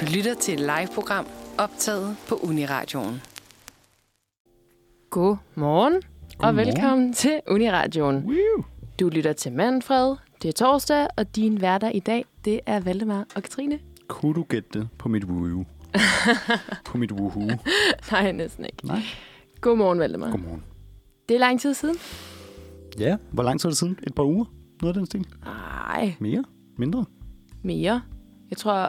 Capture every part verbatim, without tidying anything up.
Du lytter til et live-program optaget på Uniradioen. God morgen og velkommen til Uniradioen. Woo. Du lytter til Manfred. Det er torsdag, og din værter i dag, det er Valdemar og Katrine. Kunne du gætte det på mit woo? På mit woohoo? Nej, næsten ikke. Nej. Godmorgen, Valdemar. Godmorgen. Det er lang tid siden. Ja, hvor lang tid er det siden? Et par uger? Noget af den stil? Nej, Mere? Mindre? mere. Jeg tror...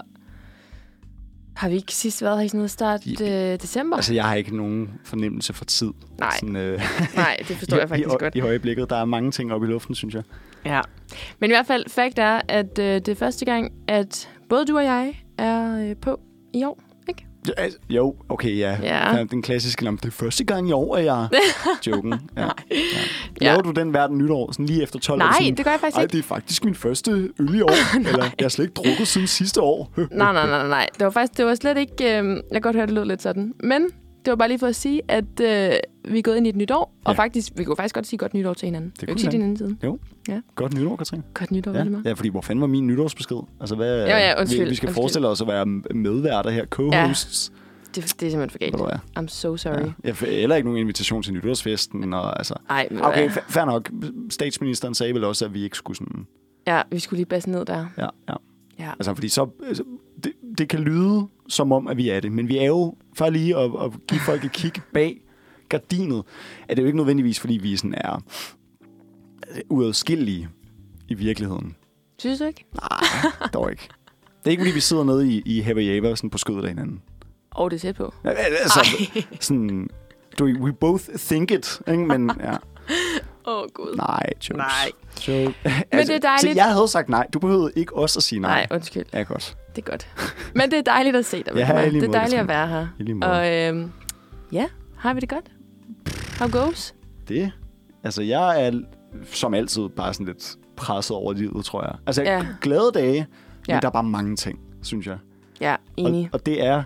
Har vi ikke sidst været her i sådan noget start øh, december? Altså, jeg har ikke nogen fornemmelse for tid. Nej. Sådan, øh, Nej, det forstår i, jeg faktisk i, godt. I øjeblikket, der er mange ting oppe i luften, synes jeg. Ja. Men i hvert fald, fakt er, at øh, det er første gang, at både du og jeg er øh, på i år, ikke? Ja, altså, jo, okay, ja. Ja. Den klassiske lampe. Det er første gang i år, at jeg joken. Ja. Nej. Ja. Ja. Laver du den verden nytår, sådan lige efter tolv år? Nej, sådan, det gør jeg faktisk Ej, ikke. det er faktisk min første øl i år. Eller, jeg har slet ikke drukket siden sidste år. Nej, nej, nej, nej. Det var faktisk, det var slet ikke... Øh, jeg kan godt høre, det lød lidt sådan. Men det var bare lige for at sige, at øh, vi er gået ind i et nyt år. Og Ja. faktisk, vi kunne faktisk godt sige godt nytår til hinanden. Det Vi kunne kan sige vi det inden tiden. Jo. Ja. Godt nytår, Katrine. Godt nytår, Ja. Valdemar. ja, fordi hvor fanden var min nytårsbesked? Altså, hvad, Ja, ja, undskyld, vi, vi skal undskyld. forestille os at være medværter her, co-hosts. Det, det er simpelthen for galt. Ved du hvad? I'm so sorry. Ja. Jeg får heller ikke nogen invitation til nytårsfesten. Og, altså. Ej, men Okay, hvad? fa- fair nok. Statsministeren sagde vel også, at vi ikke skulle sådan... Ja, vi skulle lige basse ned der. Ja, ja. Ja. Altså, fordi så... Altså, det, det kan lyde som om, at vi er det. Men vi er jo, for lige at, at give folk et kig bag gardinet, er det jo ikke nødvendigvis, fordi vi sådan er uadskillelige i virkeligheden. Synes du ikke? Nej, dog ikke. Det er ikke, fordi vi sidder nede i, i Happy Java sådan på skødet af hinanden. Åh, oh, det er tæt på. Ja, altså, sådan, do we, we both think it, ikke? Men ja, Åh, oh, gud. nej, jokes. Nej. Joke. Men det er dejligt. Så jeg havde sagt nej. Du behøvede ikke også at sige nej. Nej, undskyld. Ja, godt. Det er godt. Men det er dejligt at se dig, Ja, Valdemar. i lige Det er måde, dejligt at Katrine. være her. I lige måde. Og øhm, ja, har vi det godt? How goes? Det, altså jeg er som altid bare sådan lidt presset over livet, tror jeg. Altså Ja. glade dage, men Ja. der er bare mange ting, synes jeg. Ja, Og, enig. og det er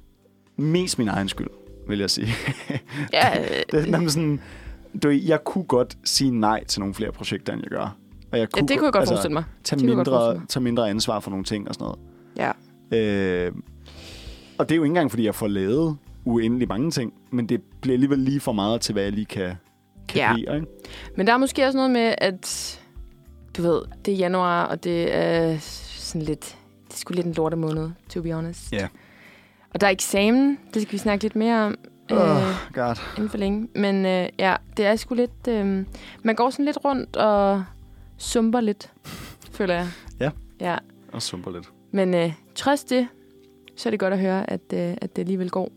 mest min egen skyld, vil jeg sige. Ja, øh, det, er sådan, du, ved, jeg kunne godt sige nej til nogle flere projekter, end jeg gør. Og jeg ja, det kunne jeg godt forestille mig. Tage Det kunne jeg godt mindre, forestille mig. tage mindre ansvar for nogle ting og sådan noget. Ja. Øh, og det er jo ikke engang, fordi jeg får lavet uendelig mange ting, men det bliver alligevel lige for meget til, hvad jeg lige kan, kan Ja. lide, ikke? Men der er måske også noget med, at du ved, det er januar, og det er sådan lidt, det er sgu lidt en lortemåned, to be honest. Ja. Og der er eksamen, det skal vi snakke lidt mere om øh, Oh, God. inden for længe. Men øh, ja, det er sgu lidt, øh, man går sådan lidt rundt og sumper lidt, føler jeg. Ja. Ja. Og sumper lidt. Men øh, trods det, så er det godt at høre, at, øh, at det alligevel går.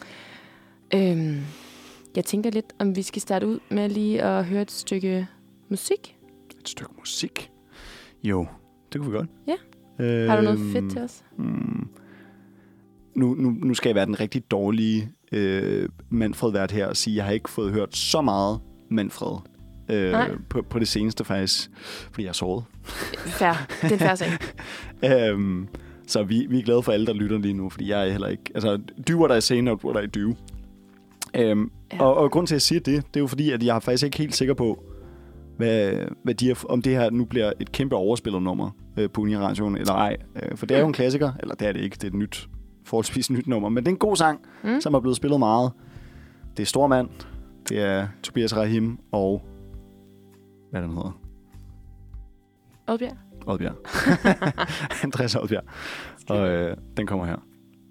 Øhm, jeg tænker lidt, om vi skal starte ud med lige at høre et stykke musik. Et stykke musik. Jo, det kunne vi godt. Ja. Øhm, Har du noget fedt til os? Mm, nu, nu, nu skal jeg være den rigtig dårlige øh, Manfred-vært her og sige, at jeg har ikke fået hørt så meget Manfred øh, på, på det seneste faktisk, fordi jeg har sovet. Fair. Det er en fair sag. øhm, så vi, vi er glade for alle, der lytter lige nu, fordi jeg er heller ikke... Altså, do what I say, not what I do. Øhm, Ja. og, og grund til, at jeg siger det, det er jo fordi, at jeg er faktisk ikke helt sikker på, hvad, hvad de er, om det her nu bliver et kæmpe overspillet nummer øh, på Uniradioen, eller ej. Øh, for det er jo en klassiker, eller det er det ikke, det er et nyt, forholdsvis nyt nummer, men det er en god sang, Mm. som er blevet spillet meget. Det er Stormand, det er Tobias Rahim og... Hvad den hedder? Oddbjerg. Oddbjerg. Andreas Oddbjerg. Og øh, den kommer her.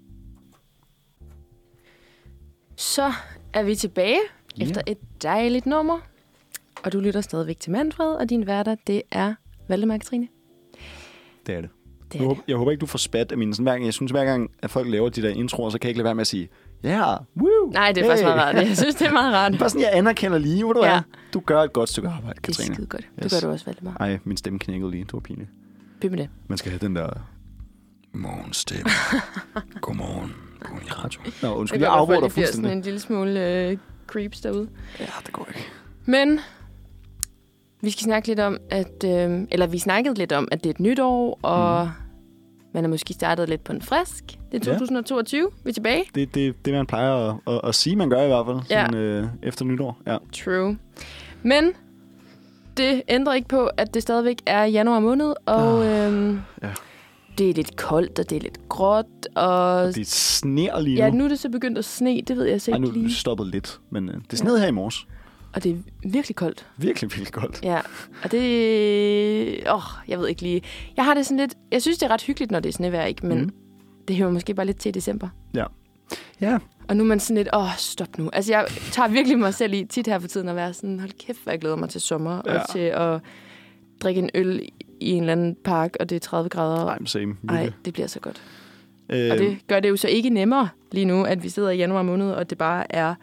Så er vi tilbage Ja. efter et dejligt nummer. Og du lytter stadigvæk til Manfred, og din værter, det er Valdemar og Katrine. Det er det. Det Jeg er håber, jeg håber ikke, du får spat af mine... Sådan, hver gang, jeg synes, hver gang, at folk laver de der introer, så kan jeg ikke lade være med at sige, ja, yeah, woo, Nej, det er faktisk meget rart. Jeg synes, det er meget rart. Bare sådan, jeg anerkender lige, hvor du Ja. er. Du gør et godt stykke arbejde, Det er Katrine. skide godt. Det Yes. gør du også, Valdemar. Ej, min stemme knækkede lige. Det var pinligt. Pyt med det. Man skal have den der... Morgenstemme. Godmorgen. På en radio. Nå, undskyld, jeg godt, afbruger folk dig bliver sådan fuldstændig. en lille smule øh, creeps derude. Ja, det går ikke. Men vi skal snakke lidt om, at... Øh, eller vi snakkede lidt om, at det er et nyt år, og mm. man er måske startet lidt på en frisk. Det er to tusind toogtyve. Vi er tilbage. Det det, det man plejer at, at, at sige, man gør i hvert fald. Ja. Sådan, øh, efter nytår. Ja. True. Men det ændrer ikke på, at det stadigvæk er januar måned, og Ah, øhm, ja. det er lidt koldt, og det er lidt gråt, og... Det sneer lige nu. Ja, nu er det så begyndt at sne, det ved jeg så ikke lige. Ej, nu lige. er det stoppet lidt, men øh, det sned her i morges. Og det er virkelig koldt. Virkelig, virkelig koldt. Ja, og det... Åh, oh, jeg ved ikke lige... Jeg har det sådan lidt... Jeg synes, det er ret hyggeligt, når det er snevejr, ikke? Men mm. det hører måske bare lidt til i december. Ja. Ja. Og nu er man sådan lidt... Åh, oh, stop nu. Altså, jeg tager virkelig mig selv i tit her for tiden at være sådan... Hold kæft, hvor jeg glæder mig til sommer. Ja. Og til at drikke en øl i en eller anden park, og det er tredive grader. Nej, same. Nej, det bliver så godt. Øh... Og det gør det jo så ikke nemmere lige nu, at vi sidder i januar måned, og det bare er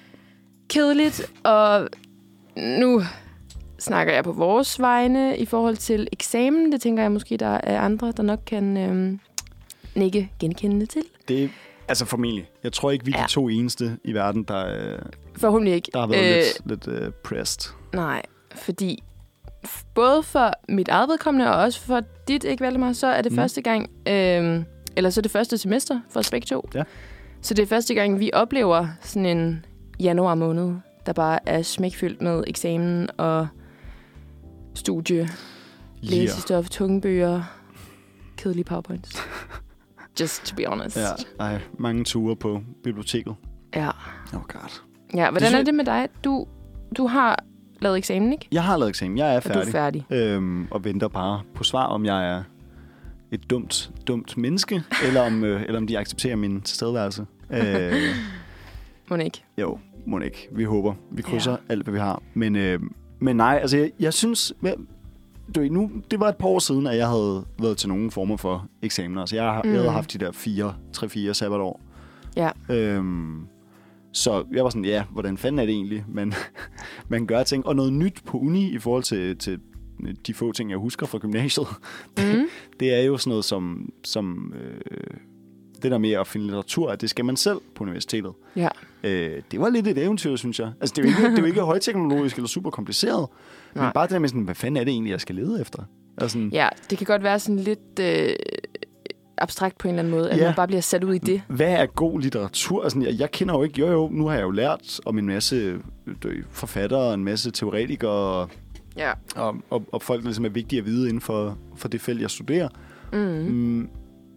kedeligt. Og nu snakker jeg på vores vegne i forhold til eksamen. Det tænker jeg måske, der er andre, der nok kan øhm, ikke genkende det til. Det er altså formentlig. Jeg tror ikke, vi er ja. de to eneste i verden, der, øh, Forhåbentlig ikke. der har været øh, lidt, lidt uh, pressed. Nej, fordi både for mit eget vedkommende, og også for dit, ikke Valdemar, så er det mm. første gang, øh, eller så er det første semester for os begge to. Ja. Så det er første gang, vi oplever sådan en januar måned, der bare er smækfyldt med eksamen og studie, yeah. læsestof, tunge bøger, kedelige powerpoints. Just to be honest. Ja, ej, mange ture på biblioteket. Ja. Oh god. Ja, hvordan det er det med dig? Du, du har lavet eksamen, ikke? Jeg har lavet eksamen. Jeg er færdig. Og du er færdig. Øhm, og venter bare på svar, om jeg er et dumt, dumt menneske, eller, om, øh, eller om de accepterer min tilstedeværelse. øh, må ikke. Jo, må ikke. Vi håber. Vi krydser ja. alt, hvad vi har. Men, øh, men nej, altså jeg, jeg synes... Du, nu, det var et par år siden, at jeg havde været til nogle former for eksamener. Altså jeg, mm. jeg havde haft de der fire, tre, fire sabbatår. Ja. Øhm, så jeg var sådan, ja, hvordan fanden er det egentlig? Men man gør ting. Og noget nyt på uni i forhold til, til de få ting, jeg husker fra gymnasiet, mm. det, det er jo sådan noget som, som øh, det der med at finde litteratur, at det skal man selv på universitetet. Ja. Øh, det var lidt et eventyr, synes jeg. Altså, det er jo ikke, det er jo ikke højteknologisk eller super kompliceret. Nej. Men bare det der med sådan, hvad fanden er det egentlig, jeg skal lede efter? Altså, sådan, ja, det kan godt være sådan lidt øh, abstrakt på en eller anden måde, at ja. man bare bliver sat ud i det. Hvad er god litteratur? Altså, jeg, jeg kender jo ikke, jo jo, nu har jeg jo lært om en masse forfattere, en masse teoretikere, ja. og, og, og folk, der ligesom er vigtige at vide inden for, for det felt, jeg studerer. Mm. Mm,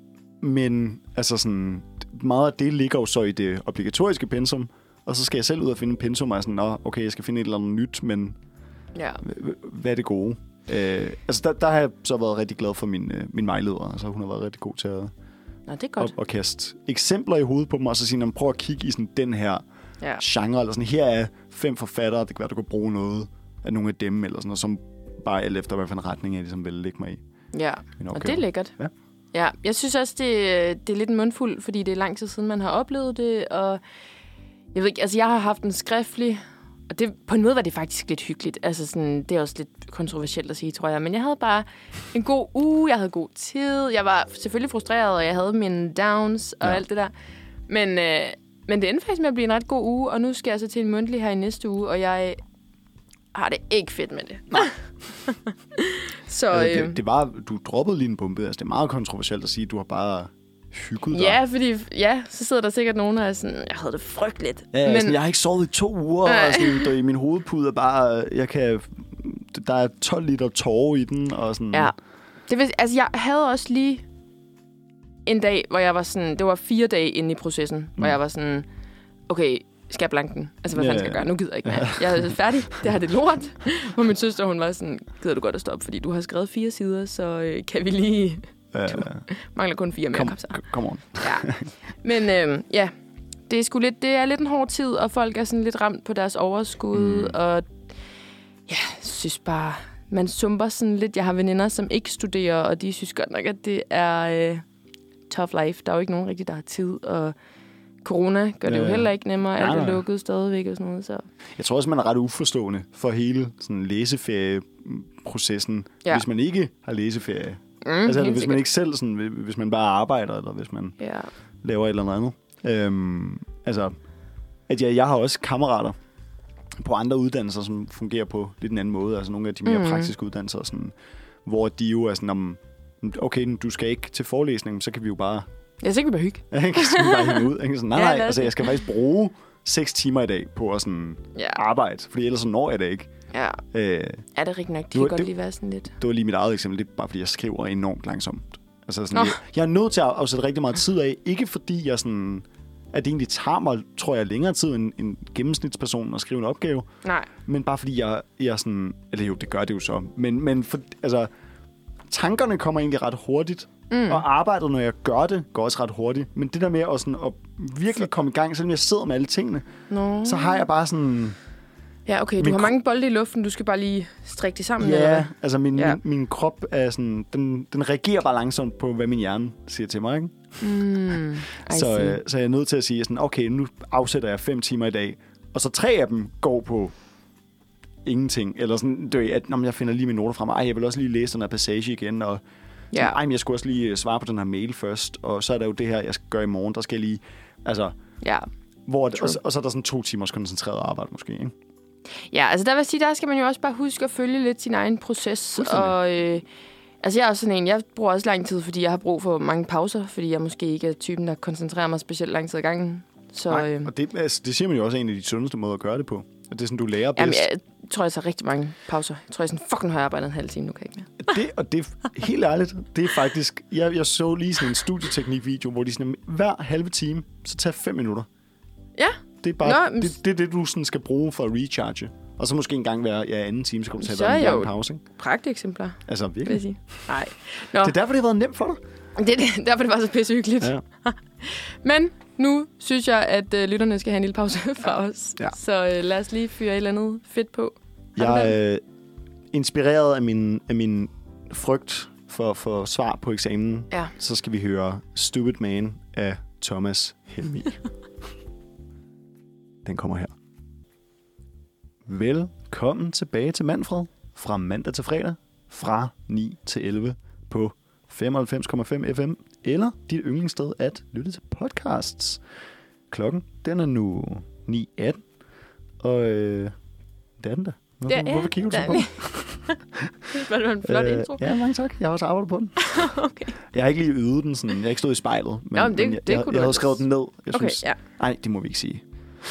men altså sådan, meget af det ligger jo så i det obligatoriske pensum, og så skal jeg selv ud og finde en pensum, og sådan, nå, okay, jeg skal finde et eller andet nyt, men ja. hvad er det gode? Øh, altså, der, der har jeg så været rigtig glad for min, øh, min vejleder. Altså, hun har været rigtig god til at, nå, det er godt. at, at kaste eksempler i hovedet på dem, og så sige, prøv at kigge i sådan den her ja. genre, eller sådan, her er fem forfattere, det kan være, du kan bruge noget af nogle af dem, eller sådan noget, som bare alt efter, hvad for en retning jeg ligesom vil lægge mig i. Ja, og det er lækkert. Ja. Ja, jeg synes også, det, det er lidt en mundfuld, fordi det er lang tid siden, man har oplevet det, og jeg ved ikke, altså jeg har haft en skriftlig, og det, på en måde var det faktisk lidt hyggeligt. Altså sådan, det er også lidt kontroversielt at sige, tror jeg, men jeg havde bare en god uge, jeg havde god tid, jeg var selvfølgelig frustreret, og jeg havde mine downs og ja. alt det der, men, øh, men det endte faktisk med at blive en ret god uge, og nu skal jeg så til en mundtlig her i næste uge, og jeg har det ikke fedt med det. Nej. Så, altså, det, det var, du droppede lige en bombe. Altså, det er meget kontroversielt at sige, at du har bare hygget dig. Ja, fordi ja, så sidder der sikkert nogen, der er sådan, jeg havde det frygteligt. Ja, men sådan, jeg har ikke sovet i to uger, øh. og sådan, der, i min hovedpude er bare, jeg kan, der er tolv liter tårer i den, og sådan. Ja, det vil, altså jeg havde også lige en dag, hvor jeg var sådan, det var fire dage inde i processen, mm. hvor jeg var sådan, okay, skal jeg blanke den? Altså, hvad yeah. fanden skal jeg gøre? Nu gider jeg ikke mere. Jeg er færdig. Det har det lort. Og min søster, hun var sådan, gider du godt at stoppe, fordi du har skrevet fire sider, så øh, kan vi lige... Uh, du mangler kun fire mere kapsler. Come on. Ja. Men øh, ja, det er, sgu lidt, det er lidt en hård tid, og folk er sådan lidt ramt på deres overskud, mm. og ja, jeg synes bare, man sumper sådan lidt. Jeg har veninder, som ikke studerer, og de synes godt nok, at det er øh, tough life. Der er jo ikke nogen rigtig, der har tid, og corona gør det jo heller ikke nemmere. Alt er lukket stadigvæk og sådan noget. Så. Jeg tror også, man er ret uforstående for hele sådan læseferieprocessen, ja. hvis man ikke har læseferie. Mm, altså, hvis sikkert. man ikke selv, sådan, hvis man bare arbejder, eller hvis man ja. laver et eller andet. Øhm, altså, at jeg, jeg har også kammerater på andre uddannelser, som fungerer på lidt en anden måde. Altså nogle af de mere mm. praktiske uddannelser, sådan, hvor de jo er sådan, om, okay, du skal ikke til forelæsning, så kan vi jo bare... Ja, så kan vi bare hygge. Ja, så kan vi bare hænge ud. Ikke? Sådan, nej, nej, altså jeg skal faktisk bruge seks timer i dag på at sådan ja. arbejde, fordi ellers så når jeg det ikke. Ja, øh, er det rigtig nok? Det kan godt lige være sådan lidt... Det var lige mit eget eksempel, det er bare fordi, jeg skriver enormt langsomt. Altså sådan, jeg, jeg er nødt til at afsætte rigtig meget tid af. Ikke fordi jeg sådan... At det egentlig tager mig, tror jeg, længere tid end en gennemsnitsperson at skrive en opgave. Nej. Men bare fordi jeg, jeg sådan... Eller jo, det gør det jo så. Men, men for, altså... Tankerne kommer egentlig ret hurtigt. Mm. Og arbejdet, når jeg gør det, går også ret hurtigt. Men det der med at, sådan, at virkelig komme i gang, selvom jeg sidder med alle tingene, no. så har jeg bare sådan... Ja, okay. Du har mange bolde i luften. Du skal bare lige strikke det sammen. Ja, eller hvad? altså min, ja. min, min krop er sådan... Den, den reagerer bare langsomt på, hvad min hjerne siger til mig, ikke? Mm, så, øh, så jeg er nødt til at sige sådan, okay, nu afsætter jeg fem timer i dag, og så tre af dem går på ingenting. Eller sådan, det er, at når jeg finder lige mine noter frem, ej, jeg vil også lige læse den her passage igen, og sådan, ej, men jeg skulle også lige svare på den her mail først, og så er der jo det her, jeg skal gøre i morgen, der skal jeg lige... Altså, ja. hvor, og, og så er der sådan to timers koncentreret arbejde måske, ikke? Ja, altså der vil jeg sige, der skal man jo også bare huske at følge lidt sin egen proces, og... Øh, altså jeg er også sådan en, jeg bruger også lang tid, fordi jeg har brug for mange pauser, fordi jeg måske ikke er typen, der koncentrerer mig specielt lang tid ad gangen. Så, Nej, øh, og det, altså, det siger man jo også er en af de sundeste måder at gøre det på. At det er sådan, du lærer bedst. Jamen, jeg tror, jeg tager rigtig mange pauser. Jeg tror, jeg sådan, fuck, nu har jeg arbejdet en halv time, nu kan jeg ikke mere. Det, og det er helt ærligt, det er faktisk... Jeg, jeg så lige sådan en studieteknik-video, hvor de sådan, hver halve time, så tager fem minutter. Ja. Det er bare Nå, det, det, er det, du sådan skal bruge for at recharge. Og så måske en gang hver ja, anden time, så kan du tage så dig en lang pause. Ikke? Pragteksemplar. Altså virkelig. Nej. Det er derfor, det har været nemt for dig. Det er derfor, det var så pissehyggeligt. Ja. Men nu synes jeg, at øh, lytterne skal have en lille pause fra os. Ja. Så øh, lad os lige fyre et eller andet fedt på. Jeg er øh, inspireret af min, af min frygt for, for svar på eksamen. Ja. Så skal vi høre Stupid Man af Thomas Helmig. Den kommer her. Velkommen tilbage til Manfred. Fra mandag til fredag. Fra ni til elleve på femoghalvfems komma fem F M. Eller dit yndlingssted at lytte til podcasts. Klokken, den er nu ni atten. Og øh, det er den da. Hvorfor, ja, hvorfor kigger du så på? Det var en flot øh, intro. Ja, mange tak. Jeg har også arbejdet på den. Okay. Jeg har ikke lige øvet den sådan. Jeg har ikke stået i spejlet. Men, Nå, men det, men jeg, det jeg, kunne jeg, jeg havde du skrevet den ned. Jeg okay, synes, ja. Nej, det må vi ikke sige.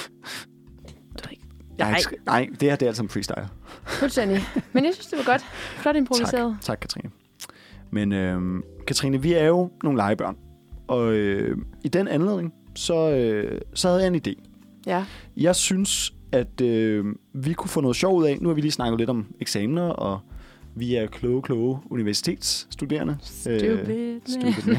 Nej. Nej, nej, det her det er altså en freestyle. Fuldstændig. Men jeg synes, det var godt. Flot improviseret. Tak, tak Katrine. Men øh, Katrine, vi er jo nogle legebørn. Og øh, i den anledning, så, øh, så havde jeg en idé. Ja. Jeg synes, at øh, vi kunne få noget sjov ud af. Nu har vi lige snakket lidt om eksamener, og vi er kloge, kloge universitetsstuderende. Stupid. Øh, stupid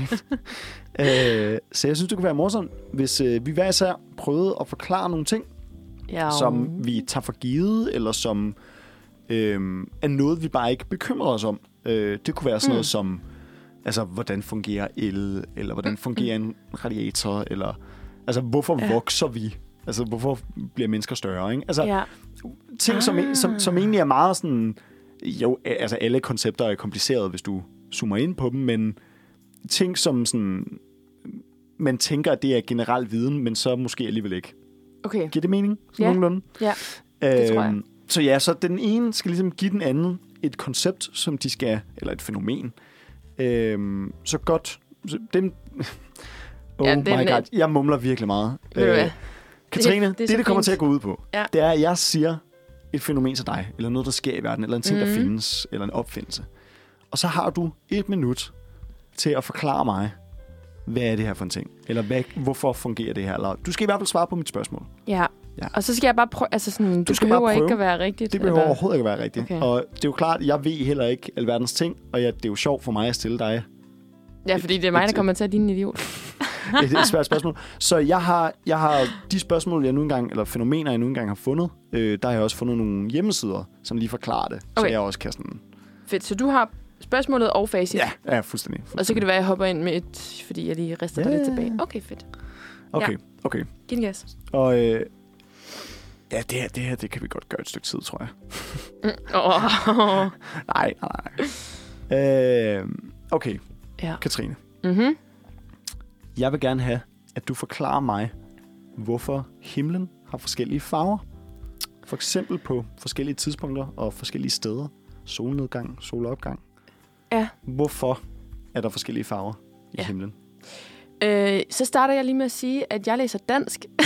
øh, så jeg synes, det kunne være morsomt, hvis øh, vi hver især prøvede at forklare nogle ting, ja. som vi tager for givet, eller som øh, er noget, vi bare ikke bekymrer os om. Øh, det kunne være sådan mm. noget som, altså, hvordan fungerer el, eller hvordan fungerer en radiator, eller altså, hvorfor ja. vokser vi? Altså, hvorfor bliver mennesker større, ikke? Altså, ja. ting, ah. som, som, som egentlig er meget sådan... Jo, altså, alle koncepter er komplicerede, hvis du zoomer ind på dem, men ting, som sådan... Man tænker, at det er generel viden, men så måske alligevel ikke. Okay. Giver det mening? Sådan ja. nogenlunde? Ja, det øhm, tror jeg. Så ja, så den ene skal ligesom give den anden et koncept, som de skal... Eller et fænomen. Øhm, så godt... Så dem, oh ja, my god, jeg mumler virkelig meget. Ved du hvad? Katrine, det, det, det, det kommer fint. til at gå ud på, ja. det er, at jeg siger et fænomen til dig, eller noget, der sker i verden, eller en ting, mm. der findes, eller en opfindelse. Og så har du et minut til at forklare mig, hvad er det her for en ting? Eller hvad, hvorfor fungerer det her? Eller, du skal i hvert fald svare på mit spørgsmål. Ja, ja. Og så skal jeg bare prøve, altså sådan, du, du skal behøver bare prøve. ikke at være rigtigt. Det behøver eller? overhovedet ikke at være rigtigt. Okay. Og det er jo klart, jeg ved heller ikke alverdens ting, og jeg, det er jo sjovt for mig at stille dig. Ja, fordi det er mig, der kommer til at din idiot. Det er et svært spørgsmål. Så jeg har, jeg har de spørgsmål, jeg nu engang, eller fænomener, jeg nu engang har fundet, øh, der har jeg også fundet nogle hjemmesider, som lige forklarer det. Okay. Så jeg også kan sådan... Fedt, så du har spørgsmålet og facit? Ja, ja fuldstændig, fuldstændig. Og så kan det være, at jeg hopper ind med et, fordi jeg lige rister ja. dig lidt tilbage. Okay, fedt. Okay, ja. okay. Giv den gas. Og øh, ja, det her, det her, det kan vi godt gøre et stykke tid, tror jeg. Mm. Oh. nej, nej, nej. Øh, okay, ja. Katrine. Mhm. Jeg vil gerne have, at du forklarer mig, hvorfor himlen har forskellige farver. For eksempel på forskellige tidspunkter og forskellige steder. Solnedgang, solopgang. Ja. Hvorfor er der forskellige farver i ja. himlen? Øh, så starter jeg lige med at sige, at jeg læser dansk. Ja.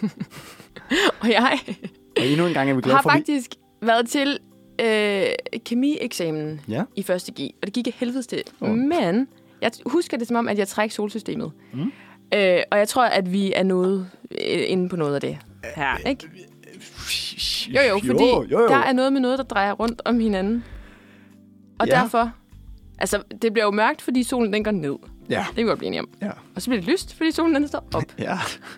og jeg og endnu en gang er vi glade har for, faktisk vi... været til øh, kemi-eksamen ja. i første G. Og det gik af helvedes til. Oh. Men Jeg husker det som om, at jeg trækker solsystemet. Mm. Øh, og jeg tror, at vi er nået øh, inde på noget af det her, ikke? Jo, jo, fordi jo, jo, jo. der er noget med noget, der drejer rundt om hinanden. Og Ja. derfor... Altså, det bliver jo mørkt, fordi solen den går ned. Ja. Det kan vi godt blive enige om. Ja. Og så bliver det lyst, fordi solen den står op. Ja.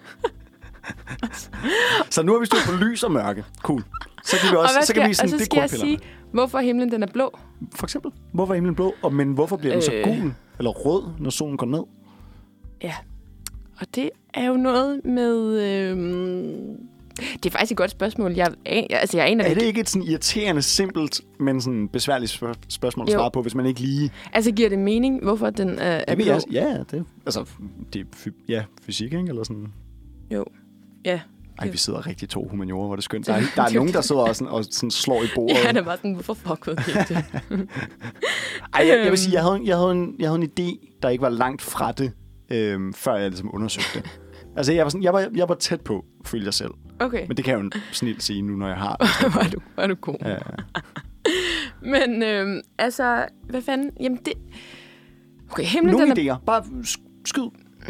Så nu har vi stået på lys og mørke. Cool. Så kan vi også, og hvad så kan vi skal, sådan, og så det skal jeg grundpillerne. sige, hvorfor himlen den er blå. For eksempel, hvorfor er himlen blå? Og, men hvorfor bliver den så Øh. gul eller rød, når solen går ned? Ja. Og det er jo noget med... Øhm... Det er faktisk et godt spørgsmål. Jeg, altså, jeg aner Er det det ikke et sådan irriterende, simpelt, men sådan besværligt spørg- spørgsmål at Jo. svare på, hvis man ikke lige... Altså, giver det mening, hvorfor den er, er Det blå? vil jeg, ja, det, altså, det er fy- ja, fysik, ikke? Eller sådan... Jo. Ja. Ej, vi sidder rigtig to humaniorer, hvor det er skønt. Der er, der er nogen, der sidder og, sådan, og sådan slår i bordet. Ja, det var sådan, hvorfor fuck ved jeg det? Ej, jeg, jeg vil sige, jeg havde, jeg, havde en, jeg havde en idé, der ikke var langt fra det, øhm, før jeg ligesom undersøgte det. Altså, jeg var, sådan, jeg, var, jeg var tæt på, følte jeg selv. Okay. Men det kan jeg jo snilt sige nu, når jeg har. Hvor er du, hvor er du god. Ja. Men øhm, altså, hvad fanden? Jamen det... Okay, himlen Nogle den er... idéer. Bare sk- skyd.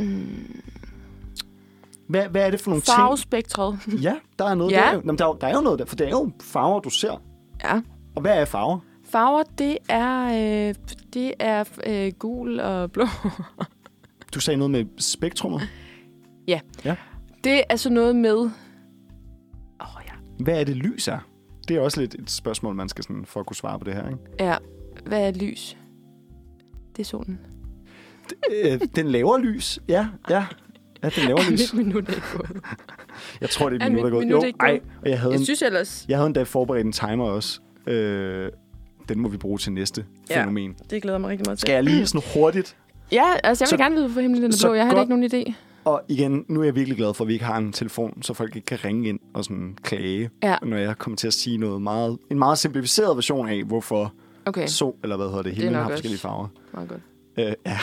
Hvad, hvad er det for nogle Farvespektret. ting? Ja, der er noget Ja. der. Jamen, der, er jo, der er jo noget der, for det er jo farver, du ser. Ja. Og hvad er farver? Farver, det er, øh, det er øh, gul og blå. Du sagde noget med spektrummet. Ja. Ja. Det er så noget med... Åh, oh, ja. Hvad er det, lys er? Det er også lidt et spørgsmål, man skal sådan, for at kunne svare på det her, ikke? Ja, hvad er lys? Det er solen. Øh, den laver lys. Ja, ja. Ja, den laver lys. Er mit minut ikke gået? Jeg tror, det er Er et minut, der mit er gået. minut Jo, ikke gået? ej. Og jeg havde, Jeg en, synes ellers... jeg havde endda forberedt en timer også. Øh, den må vi bruge til næste Ja. fænomen. Det glæder mig rigtig meget til. Skal jeg lige sådan hurtigt? Ja, altså jeg vil Så- gerne vide, hvorfor himlen den er så blå. Jeg har godt- ikke nogen idé. Og igen, nu er jeg virkelig glad for, at vi ikke har en telefon, så folk ikke kan ringe ind og sådan klage, Ja. når jeg kommer til at sige noget meget, en meget simplificeret version af, hvorfor Okay, sol, eller hvad hedder det, himlen nok har også forskellige farver. meget godt. Øh, ja.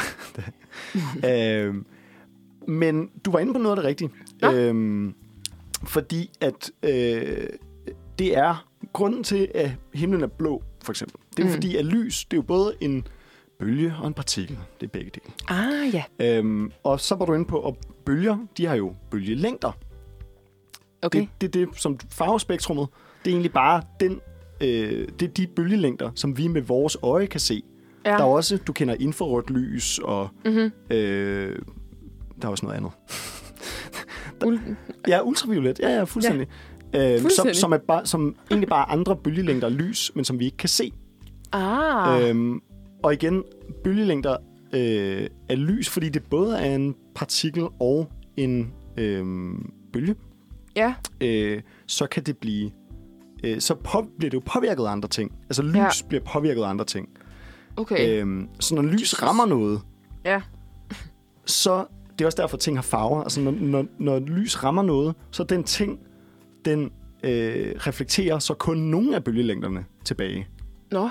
øh, men du var inde på noget af det rigtige. Nå. Øh, fordi at øh, det er grunden til, at himlen er blå, for eksempel. Det er jo Mm. fordi, at lys, det er jo både en bølge og en partikel. Det er begge dele. Ah, ja. Øhm, og så var du inde på, at bølger, de har jo bølgelængder. Okay. Det, det, det som farvespektrummet, det er egentlig bare den, øh, det er de bølgelængder, som vi med vores øje kan se. Ja. Der er også, du kender infrarødt lys, og Mm-hmm. øh, der er også noget andet. Ul- Ja, ultraviolet, ja, ja, fuldstændig. Ja. Øh, Fuldstændig. Som, som, er bare, som egentlig bare er andre bølgelængder af lys, men som vi ikke kan se. ah. Øhm, og igen, bølgelængder øh, af lys, fordi det både er en partikel og en øh, bølge, Ja. øh, så kan det blive... Øh, så på, bliver det jo påvirket af andre ting. Altså lys Ja. ja. bliver påvirket af andre ting. Okay. Øhm, så når lys Jesus. rammer noget, Ja. så... Det er også derfor, ting har farver. Altså når, når, når lys rammer noget, så den ting, den øh, reflekterer så kun nogle af bølgelængderne tilbage. Nå.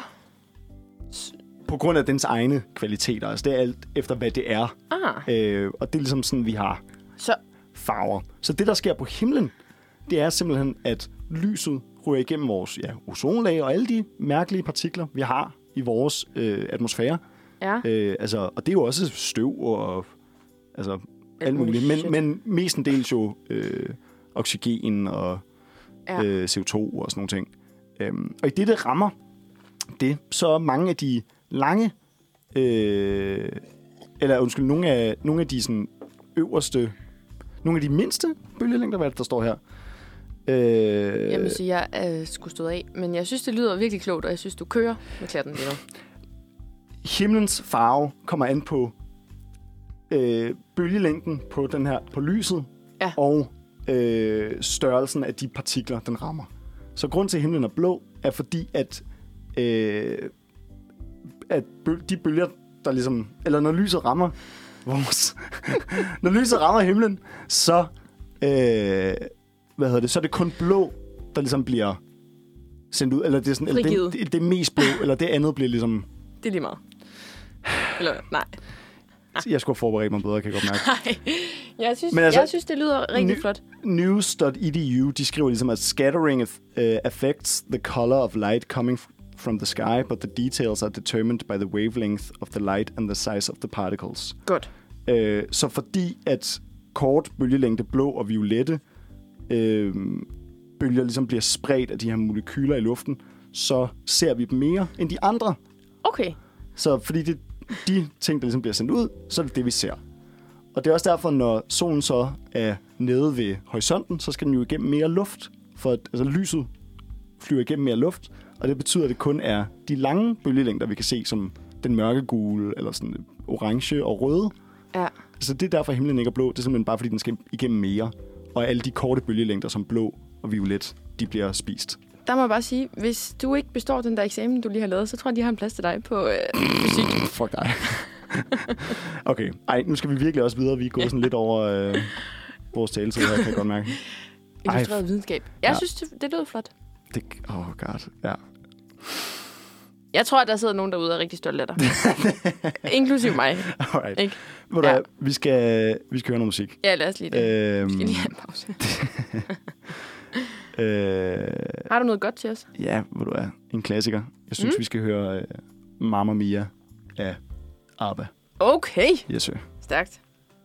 På grund af dens egne kvaliteter. Altså det er alt efter, hvad det er. Ah. Øh, og det er ligesom sådan, vi har Så. farver. Så det, der sker på himlen, det er simpelthen, at lyset ryger igennem vores ja, ozonlag og alle de mærkelige partikler, vi har i vores øh, atmosfære. Ja. Øh, altså, og det er jo også støv og altså, alt muligt. shit. Men, men mestendels jo øh, oxygen og Ja. øh, C O to og sådan nogle ting. Øhm, og i det, det rammer det, så er mange af de lange, øh, eller undskyld, nogle af, nogle af de sådan, øverste, nogle af de mindste bølgelængder, hvad er det, der står her? Øh, Jeg må sige, jeg er sgu stået af, men jeg synes, det lyder virkelig klogt, og jeg synes, du kører med klatten lige nu. himlens farve kommer an på øh, bølgelængden på, den her, på lyset, Ja. og øh, størrelsen af de partikler, den rammer. Så grund til, at himlen er blå, er fordi, at, øh, at bøl- de bølger, der ligesom... Eller når lyset rammer vores... når lyset rammer himlen, så... Øh, hvad hedder det? Så er det kun blå, der ligesom bliver sendt ud. Eller det er, sådan, eller Frigivet. det, det er mest blå, eller det andet bliver ligesom... Det er lige meget. Eller, nej. Jeg skulle have forberedt mig bedre, kan jeg godt mærke. Nej. Jeg synes, Men altså, jeg synes, det lyder rigtig ny- flot. News dot e d u, de skriver ligesom, at scattering uh, affects the color of light coming f- from the sky, but the details are determined by the wavelength of the light and the size of the particles. Godt. Øh, så fordi at kort bølgelængde, blå og violette øh, bølger ligesom bliver spredt af de her molekyler i luften, så ser vi dem mere end de andre. Okay. Så fordi det, de ting, der ligesom bliver sendt ud, så er det det, vi ser. Og det er også derfor, når solen så er nede ved horisonten, så skal den jo igennem mere luft. For at, altså lyset flyver igennem mere luft, og det betyder, at det kun er de lange bølgelængder, vi kan se, som den mørkegule, eller sådan orange og røde. Ja. Så det er derfor, himlen ikke er blå. Det er simpelthen bare, fordi den skal igennem mere. Og alle de korte bølgelængder, som blå og violet, de bliver spist. Der må jeg bare sige, hvis du ikke består den der eksamen, du lige har lavet, så tror jeg, de har en plads til dig på øh, fysik. Fuck dig. Okay, ej, nu skal vi virkelig også videre. Vi er gået sådan lidt over øh, vores taletid her, kan jeg godt mærke. Illustreret videnskab. Jeg Ja. synes, det, det lød flot. Det, oh god, ja. Jeg tror, at der sidder nogen derude og er rigtig stolte af dig. Inklusiv mig. Alright. Ikke? Ved du Ja. hvad, vi skal, vi skal høre noget musik. Ja, lad os lige det. Øhm, Vi skal lige have en pause. øh, Har du noget godt til os? ja, ved du hvad, en klassiker. Jeg synes, Mm. vi skal høre øh, Mamma Mia af ABBA. Okay. Yes, sir. Stærkt.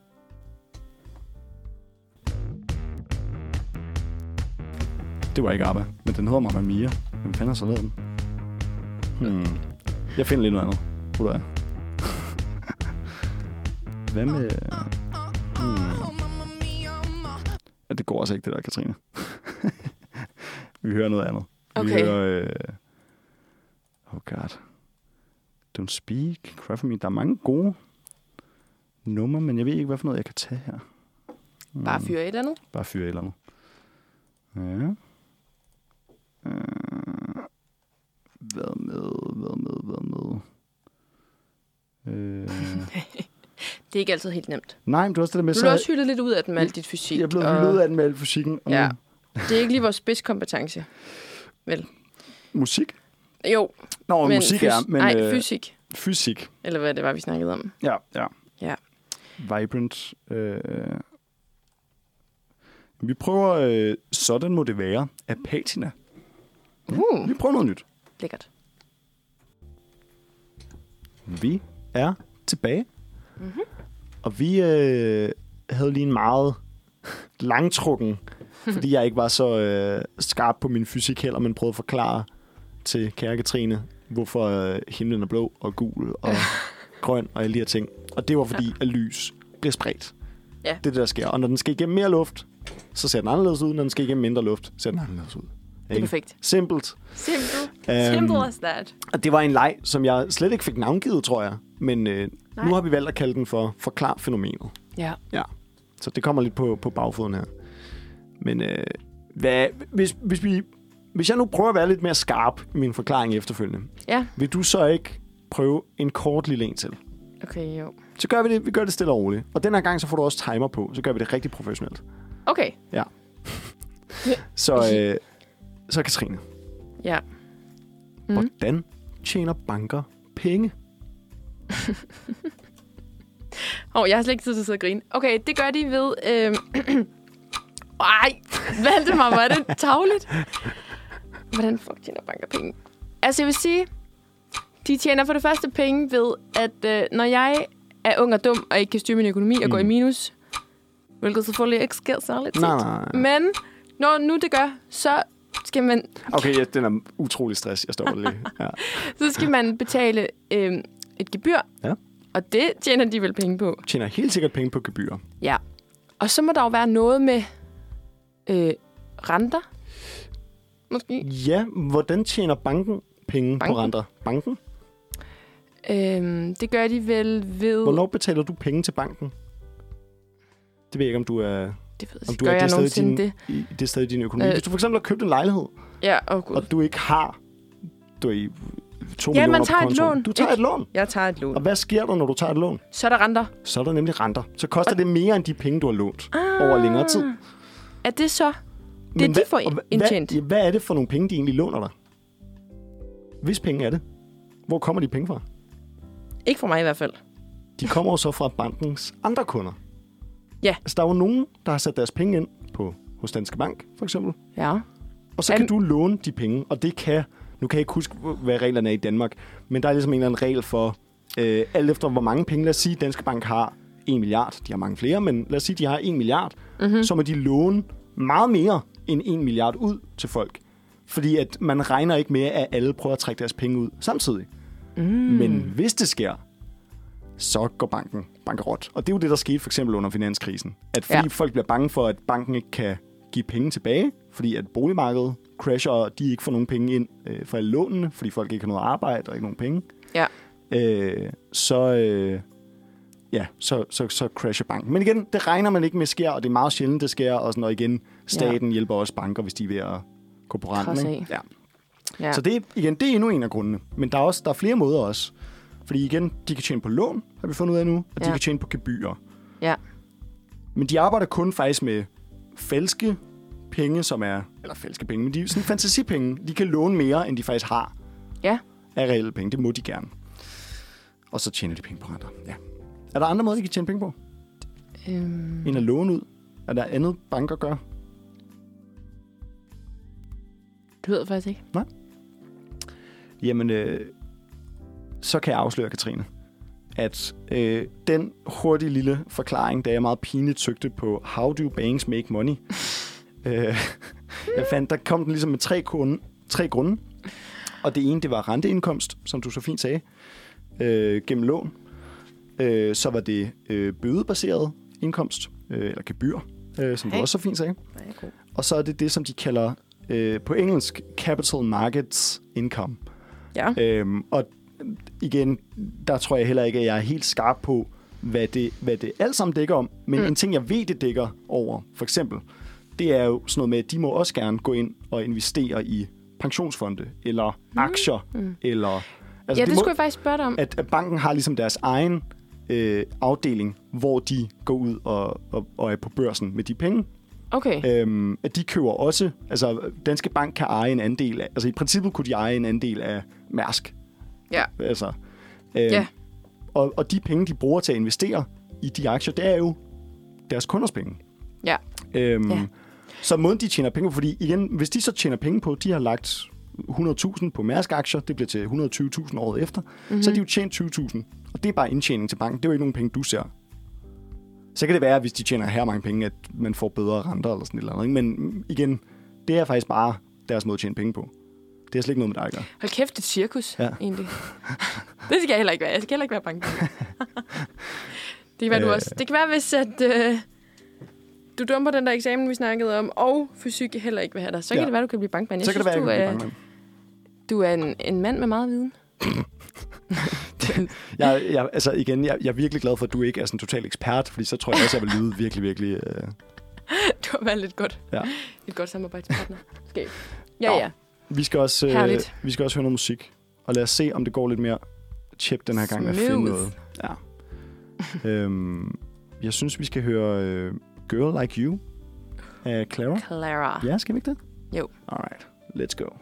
Det var ikke ABBA, men den hedder Mamma Mia. Hvem fanden har så lavet den? Hmm. Jeg finder lidt noget andet. Hvor du er. Hvad med... Hmm. Ja, det går også ikke, det der, Katrine. Vi hører noget andet. Okay. Vi hører... Øh... Oh god. Don't Speak, Cry For Me. Der er mange gode numre, men jeg ved ikke, hvad for noget, jeg kan tage her. Hmm. Bare fyre et eller andet. Bare fyre et eller andet. Ja. Uh, hvad med, hvad med, hvad med? Uh, Det er ikke altid helt nemt. nej, men du har også det der med... Du har også hyldet lidt ud af den med alt dit fysik. Jeg er blevet og- hyldet af den med al fysikken. Og Ja. nu- Det er ikke lige vores spidskompetence. Vel? Musik? Jo. Nå, men musik fys- er, men... Nej, øh, fysik. Fysik. Eller hvad det var, vi snakkede om. Ja, ja. Ja. Vibrant. Øh. Vi prøver øh, Sådan Må Det Være af Patina. Uh, Vi prøver noget nyt. lækkert. Vi er tilbage. Mm-hmm. Og vi øh, havde lige en meget langtrukken, fordi jeg ikke var så øh, skarp på min fysik heller, men prøvede at forklare til kære Katrine, hvorfor øh, himlen er blå og gul og grøn og alle de her ting. Og det var fordi, at lys bliver spredt. Ja. Det er det, der sker. Og når den skal igennem mere luft, så ser den anderledes ud. Når den skal igennem mindre luft, ser den anderledes ud. Det er perfekt. Simpelt. Simple. Øhm, Simple as that. Og det var en leg, som jeg slet ikke fik navngivet, tror jeg. Men øh, nu har vi valgt at kalde den for Forklar fænomenet. Ja. Ja. Så det kommer lidt på, på bagfoden her. Men øh, hvad, hvis, hvis, vi, hvis jeg nu prøver at være lidt mere skarp i min forklaring efterfølgende, Ja. vil du så ikke prøve en kort lille en til? Okay, jo. Så gør vi det, vi gør det stille og roligt. Og den her gang, så får du også timer på. Så gør vi det rigtig professionelt. Okay. Ja. så, øh, så Katrine, Ja. mm. hvordan tjener banker penge? Åh, oh, jeg har slet ikke tid til at sidde og grine. Okay, det gør de ved... Øh... Ej, Valdemar, hvor er det tavligt. Hvordan fuck tjener banker penge? Altså, jeg vil sige, de tjener for det første penge ved, at øh, når jeg er ung og dum, og ikke kan styre min økonomi og Mm. går i minus, hvilket selvfølgelig ikke sker særligt tit. Nej, nej, nej. Men når nu det gør, så skal man, Okay, ja, den er utrolig stress. Jeg står lige. Ja. så skal man betale øh, et gebyr. Ja. Og det tjener de vel penge på. Tjener helt sikkert penge på gebyrer. Ja. Og så må der jo være noget med øh, renter. Måske. Ja, hvordan tjener banken penge Banken? på renter? Banken? Øhm, det gør de vel ved... Hvornår betaler du penge til banken? Det ved jeg ikke, om du er, Det ved jeg om ikke. du Gør er jeg det sted, i nogensinde din, det? i det sted i din økonomi. Øh. Hvis du for eksempel har købt en lejlighed, Ja, åh oh, gud. og du ikke har du er i to Ja, man millioner tager på et kontoen. lån, Du tager ikke? et lån. Jeg tager et lån. Og hvad sker der, når du tager et lån? Så er der renter. Så er der nemlig renter. Så koster Og- det mere end de penge, du har lånt Ah, over længere tid. Er det så... Det Men de får og hva- indtjent. Hvad, hvad er det for nogle penge, de egentlig låner dig? Hvis penge er det? Hvor kommer de penge fra? Ikke for mig i hvert fald. De kommer jo så fra bankens andre kunder. Ja. Altså, der er jo nogen, der har sat deres penge ind på hos Danske Bank, for eksempel. Ja. Og så An- kan du låne de penge, og det kan Nu kan jeg ikke huske, hvad reglerne er i Danmark, men der er ligesom en eller anden regel for, øh, alt efter hvor mange penge, lad os sige, Danske Bank har en milliard, de har mange flere, men lad os sige, de har en milliard, mm-hmm. så må de låne meget mere end en milliard ud til folk. Fordi at man regner ikke med, at alle prøver at trække deres penge ud samtidig. Mm. Men hvis det sker, så går banken bankerot. Og det er jo det, der skete for eksempel under finanskrisen. At fordi ja. folk bliver bange for, at banken ikke kan give penge tilbage, fordi at boligmarkedet crasher, og de ikke får nogen penge ind øh, for alle lånene, fordi folk ikke har noget arbejde og ikke nogen penge, ja. øh, så, øh, ja, så, så, så crasher banken. Men igen, det regner man ikke med sker, og det er meget sjældent, det sker. Og, sådan, og igen, staten ja. hjælper også banker, hvis de er ved at gå på renten. Ja. Ja. Så det, igen, det er endnu en af grundene. Men der er, også, der er flere måder også. Fordi igen, de kan tjene på lån, har vi fundet ud af nu, og ja. de kan tjene på gebyrer. Ja. Men de arbejder kun faktisk med falske penge, som er... Eller falske penge, men de er sådan fantasipenge. De kan låne mere, end de faktisk har ja. af reelle penge. Det må de gerne. Og så tjener de penge på renter. Ja. Er der andre måder, de kan tjene penge på? Øhm... End at låne ud? Er der andet, banker gør? Det ved jeg faktisk ikke. Nej. Jamen, øh, så kan jeg afsløre, Katrine, at øh, den hurtige lille forklaring, da jeg meget pinligt søgte på How do banks make money? øh, jeg fandt, der kom den ligesom med tre, grunde, tre grunde. Og det ene, det var renteindkomst, som du så fint sagde, øh, gennem lån. Øh, så var det øh, bødebaseret indkomst, øh, eller gebyr, øh, som hey. du også så fint sagde. Nej, cool. Og så er det det, som de kalder øh, på engelsk capital markets income. Ja. Øhm, og igen, der tror jeg heller ikke, at jeg er helt skarp på, hvad det, hvad det alt sammen dækker om. Men mm. en ting, jeg ved, det dækker over, for eksempel, det er jo sådan noget med, at de må også gerne gå ind og investere i pensionsfonde, eller mm. aktier, mm. eller... Altså, ja, det, det skulle må, jeg faktisk spørge dig om. At, at banken har ligesom deres egen øh, afdeling, hvor de går ud og, og, og er på børsen med de penge. Okay. Øhm, at de køber også... Altså, Danske Bank kan eje en andel af... Altså, i princippet kunne de eje en andel af Mærsk. Ja. Altså, øhm, ja. Og, og de penge, de bruger til at investere i de aktier, det er jo deres kunders penge. Ja. Øhm, ja. Så måden, de tjener penge på... Fordi igen, hvis de så tjener penge på... De har lagt hundrede tusind på Mærsk-aktier. Det bliver til et hundrede og tyve tusind året efter. Mm-hmm. Så har de jo tjent tyve tusind. Og det er bare indtjening til banken. Det er jo ikke nogen penge, du ser. Så kan det være, hvis de tjener her mange penge, at man får bedre renter eller sådan et eller andet. Men igen, det er faktisk bare deres måde at tjene penge på. Det er slet ikke noget med dig at gøre. Hold kæft, det er et cirkus, ja. egentlig. Det skal jeg heller ikke være. Jeg skal heller ikke være bange. Det kan være, du også. Det kan være, hvis at, øh, du dumper den der eksamen, vi snakkede om, og fysik heller ikke vil have dig. Så kan ja. det være, du kan blive bankmand. Jeg så synes, kan det være, du, jeg kan blive bankmand. Du er en, en mand med meget viden. jeg, jeg, altså igen, jeg, jeg er virkelig glad for, at du ikke er sådan en total ekspert, fordi så tror jeg også, jeg vil lyde virkelig, virkelig... Øh... Du har været lidt godt. Ja. Et godt samarbejdspartner. Skæb. Ja, Nå, ja. Vi skal, også, øh, vi skal også høre noget musik, og lad os se, om det går lidt mere chip den her gang at finde noget. Ja. øhm, jeg synes, vi skal høre uh, Girl Like You af Clara. Clara. Ja, skal vi ikke det? Jo. Alright, let's go.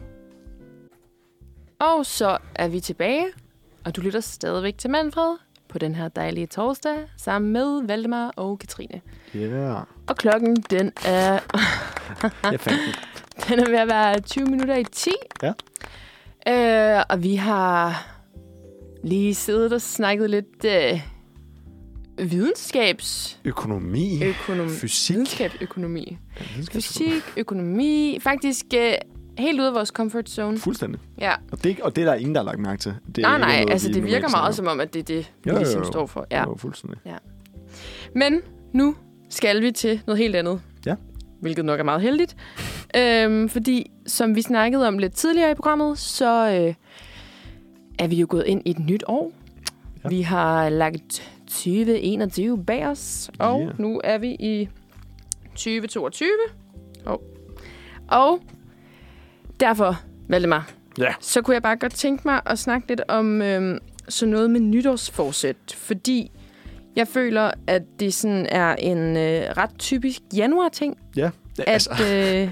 Og så er vi tilbage, og du lytter stadigvæk til Manfred på den her dejlige torsdag, sammen med Valdemar og Katrine. Ja. Yeah. Og klokken, den er... Jeg fandt den. Den er ved at være tyve minutter i ti. Ja. Øh, og vi har lige siddet og snakket lidt øh, videnskabs... Økonomi. Økonomi. Fysik. Videnskabsøkonomi. Ja, Fysik, økonomi. Faktisk øh, helt ude af vores comfort zone. Fuldstændig. Ja. Og det, og det er der ingen, der har lagt mærke til. Det nej, nej. Altså, det virker meget som om, at det er det, vi jo, ligesom jo, jo. står for. Ja. Jo, fuldstændig. Ja. Men nu skal vi til noget helt andet. Ja. Hvilket nok er meget heldigt. Øhm, fordi, som vi snakkede om lidt tidligere i programmet, så øh, er vi jo gået ind i et nyt år. Ja. Vi har lagt tyve enogtyve bag os, og yeah. nu er vi i tyve toogtyve. Oh. Og derfor, Valdemar, ja. så kunne jeg bare godt tænke mig at snakke lidt om øh, sådan noget med nytårsforsæt. Fordi jeg føler, at det sådan er en øh, ret typisk januar-ting. Ja. At, altså, øh, det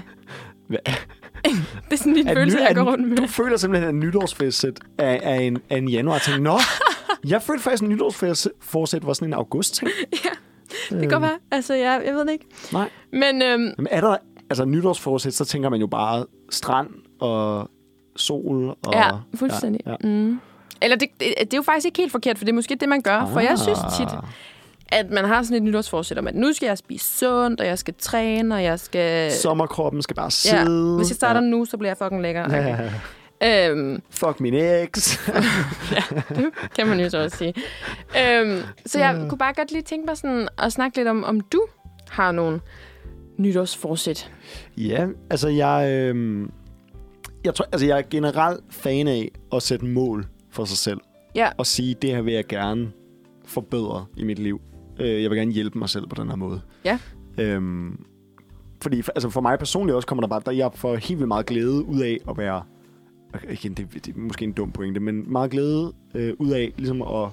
er sådan en følelse, ny, jeg går rundt med. Du føler simpelthen, at nytårsforsæt er, er, en, er en januar-ting. Nå, jeg følte faktisk, at nytårsforsæt var sådan en august-ting. Ja, det kan godt være. Altså, jeg, jeg ved det ikke. Nej. Men, øhm, Men er der altså nytårsforsæt, så tænker man jo bare strand og sol. Og, ja, fuldstændig. Ja, ja. Mm. Eller det, det, det er jo faktisk ikke helt forkert, for det er måske det, man gør. Ah. For jeg synes tit, at man har sådan et nytårsforsæt om, at nu skal jeg spise sundt, og jeg skal træne, og jeg skal... Sommerkroppen skal bare sidde. Ja, hvis jeg starter ja. nu, så bliver jeg fucking lækker. Okay. Ja. Øhm, Fuck min ex. Ja, det kan man jo så også sige. Øhm, så jeg mm. kunne bare godt lige tænke mig sådan at snakke lidt om, om du har nogle nytårsforsæt. Ja, altså jeg... Øh, jeg, tror, altså jeg er generelt fan af at sætte mål for sig selv. Ja. Og sige, det her vil jeg gerne forbedre i mit liv. Jeg vil gerne hjælpe mig selv på den her måde. Ja. Øhm, fordi altså for mig personligt også kommer der bare... Der, jeg får helt vildt meget glæde ud af at være... Igen, det, det er måske en dum pointe, men meget glæde øh, ud af ligesom at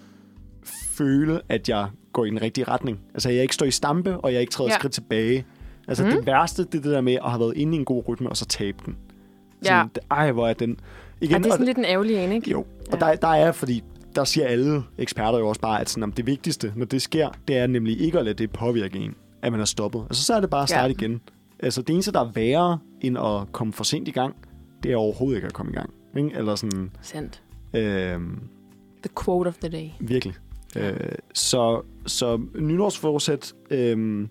føle, at jeg går i den rigtige retning. Altså, jeg ikke står i stampe, og jeg ikke træder ja. skridt tilbage. Altså, mm. det værste, det er det der med at have været inde i en god rytme, og så tabe den. Ja. Sådan, ej, hvor er den... Igen, ja, det er sådan og, lidt en ærgerlig en, ikke? Jo, og ja. der, der er, fordi der siger alle eksperter jo også bare, at sådan, om det vigtigste, når det sker, det er nemlig ikke at lade det påvirke en, at man er stoppet. Altså, så er det bare at starte ja. igen. Altså, det eneste, der er værre, end at komme for sent i gang, det er overhovedet ikke at komme i gang. Ikke? Eller sådan... Sandt. Øhm, The quote of the day. Virkelig. Øh, så, så nytårsforsæt... Øh,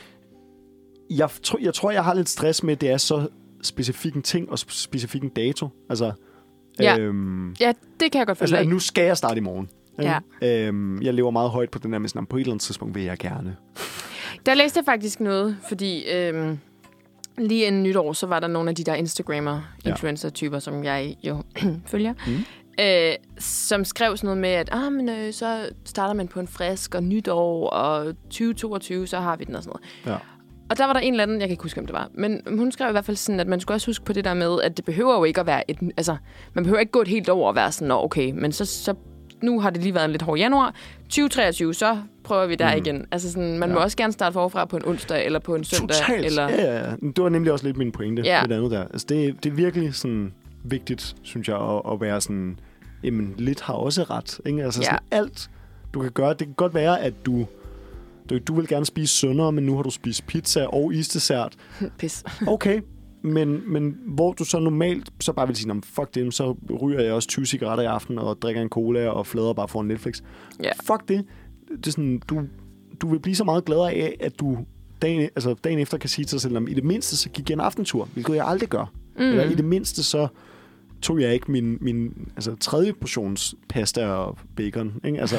jeg, tr- jeg tror, jeg har lidt stress med, at det er så specifik en ting og specifik en dato. Altså... Ja, øhm, ja det kan jeg godt følge. Altså, nu skal jeg starte i morgen. Ja. Øhm, jeg lever meget højt på den der med sådan, på et eller andet tidspunkt vil jeg gerne. Der læste jeg faktisk noget, fordi øhm, lige inden nytår, så var der nogle af de der Instagrammer, influencer-typer, ja. som jeg jo følger, mm. øh, som skrev sådan noget med, at ah, men, øh, så starter man på en frisk og nytår, og tyve toogtyve, så har vi den og sådan noget. Ja. Og der var der en eller anden, jeg kan ikke huske, om det var, men hun skrev i hvert fald sådan, at man skulle også huske på det der med, at det behøver jo ikke at være et... Altså, man behøver ikke gå et helt år og være sådan, nå okay, men så, så nu har det lige været en lidt hård januar. tyve treogtyve, så prøver vi der mm. igen. Altså sådan, man ja. må også gerne starte forfra på en onsdag eller på en søndag. Totalt. Eller... Ja, ja, det var nemlig også lidt min pointe ja. med det andet der. Altså, det, det er virkelig sådan vigtigt, synes jeg, at, at være sådan, jamen, lidt har også ret. Ikke? Altså sådan ja. alt, du kan gøre. Det kan godt være, at du... Du, du vil gerne spise sundere, men nu har du spist pizza og isdessert. Pis. Okay, men, men hvor du så normalt så bare vil sige, fuck det, så ryger jeg også tyve cigaretter i aften og drikker en cola og flader bare foran Netflix. Yeah. Fuck det. Det er sådan, du, du vil blive så meget gladere af, at du dagen, altså dagen efter kan sige til dig selv, i det mindste så gik jeg en aftentur, hvilket jeg aldrig gør. Mm. Eller i det mindste så tog jeg ikke min, min altså, tredje portions pasta og bacon. Ikke? Altså,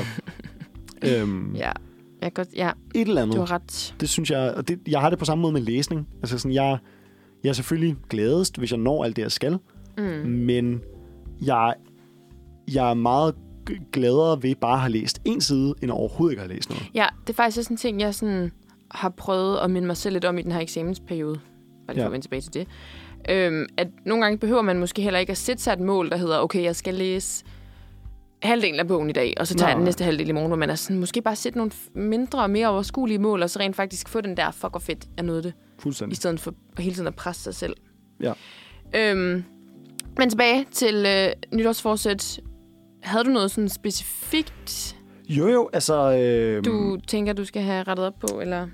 øhm, ja. Jeg godt, ja. Et eller andet. Du har ret. Det synes jeg, og det, jeg har det på samme måde med læsning. Altså sådan, jeg, jeg er selvfølgelig gladest, hvis jeg når alt det, jeg skal. Mm. Men jeg, jeg er meget gladere ved bare at have læst en side, end overhovedet ikke at have læst noget. Ja, det er faktisk også en ting, jeg sådan har prøvet at minde mig selv lidt om i den her eksamensperiode. Bare lige for at vende tilbage til det. Øhm, at nogle gange behøver man måske heller ikke at sætte sig et mål, der hedder, okay, jeg skal læse halvdelen af bogen i dag, og så tager Nå. jeg den næste halvdel i morgen, hvor man er sådan, måske bare sætte nogle mindre og mere overskuelige mål, og så rent faktisk få den der, fuck hvor fedt, jeg nåede det. Fuldstændig. I stedet for hele tiden at presse sig selv. Ja. Øhm, men tilbage til øh, nytårsforsæt. Havde du noget sådan specifikt? Jo, jo, altså... Øh, du tænker, du skal have rettet op på, eller?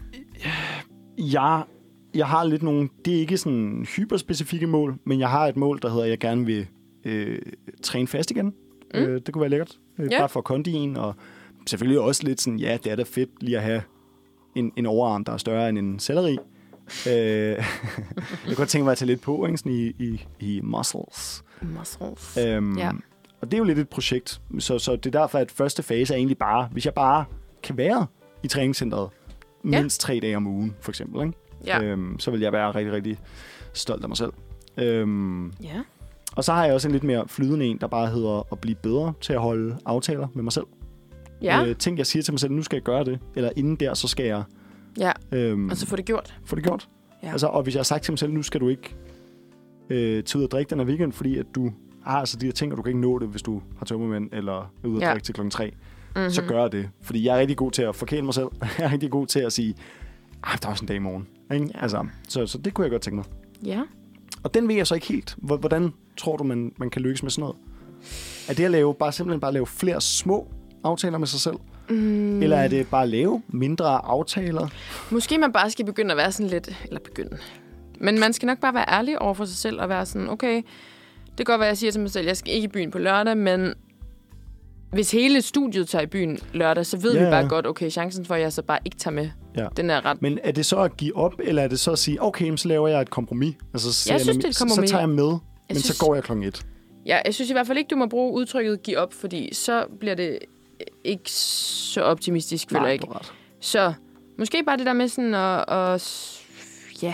Jeg, jeg har lidt nogle... Det er ikke sådan hyperspecifikke mål, men jeg har et mål, der hedder, at jeg gerne vil øh, træne fast igen. Mm. Øh, det kunne være lækkert. Øh, yeah. Bare for kondien, og selvfølgelig også lidt sådan, ja, det er da fedt lige at have en, en overarm, der er større end en selleri. øh, jeg kunne godt tænke mig at tage lidt på, ikke? Sådan i, i, i muscles. Muscles, øhm, ja. Og det er jo lidt et projekt, så, så det er derfor, at første fase er egentlig bare, hvis jeg bare kan være i træningscenteret mindst tre dage om ugen, for eksempel, ikke? Ja. Øhm, så vil jeg være rigtig, rigtig stolt af mig selv. Øhm, ja. Og så har jeg også en lidt mere flydende en, der bare hedder at blive bedre til at holde aftaler med mig selv. Ja. Øh, ting, jeg siger til mig selv, nu skal jeg gøre det. Eller inden der, så skal jeg... Ja, øhm, og så få det gjort. Få det gjort. Ja. Altså, og hvis jeg har sagt til mig selv, nu skal du ikke øh, tage ud og drikke den her weekend, fordi at du har altså de her ting, og du kan ikke nå det, hvis du har tømmermænd, eller er ude og ja. drikke til klokken tre. Mm-hmm. Så gør det. Fordi jeg er rigtig god til at forkæle mig selv. Jeg er rigtig god til at sige, ah, der er også en dag i morgen. Ikke? Ja. Altså, så, så det kunne jeg godt tænke mig. Ja. Og den ved jeg så ikke helt. Hvordan tror du, man, man kan lykkes med sådan noget? Er det at lave, bare simpelthen bare lave flere små aftaler med sig selv? Mm. Eller er det bare at lave mindre aftaler? Måske man bare skal begynde at være sådan lidt... Eller begynde. Men man skal nok bare være ærlig over for sig selv og være sådan, okay, det kan godt være, at jeg siger til mig selv, jeg skal ikke i byen på lørdag, men hvis hele studiet tager i byen lørdag, så ved ja, vi bare ja. godt, okay, chancen for, at jeg så bare ikke tager med, ja. den er ret... Men er det så at give op, eller er det så at sige, okay, så laver jeg et kompromis? Altså, så, jeg synes, jeg, det er et kompromis. Så tager jeg med, jeg men synes... så går jeg klokken et. Ja, jeg synes i hvert fald ikke, du må bruge udtrykket give op, fordi så bliver det ikke så optimistisk, føler jeg ikke. Ret. Så måske bare det der med sådan at, at ja,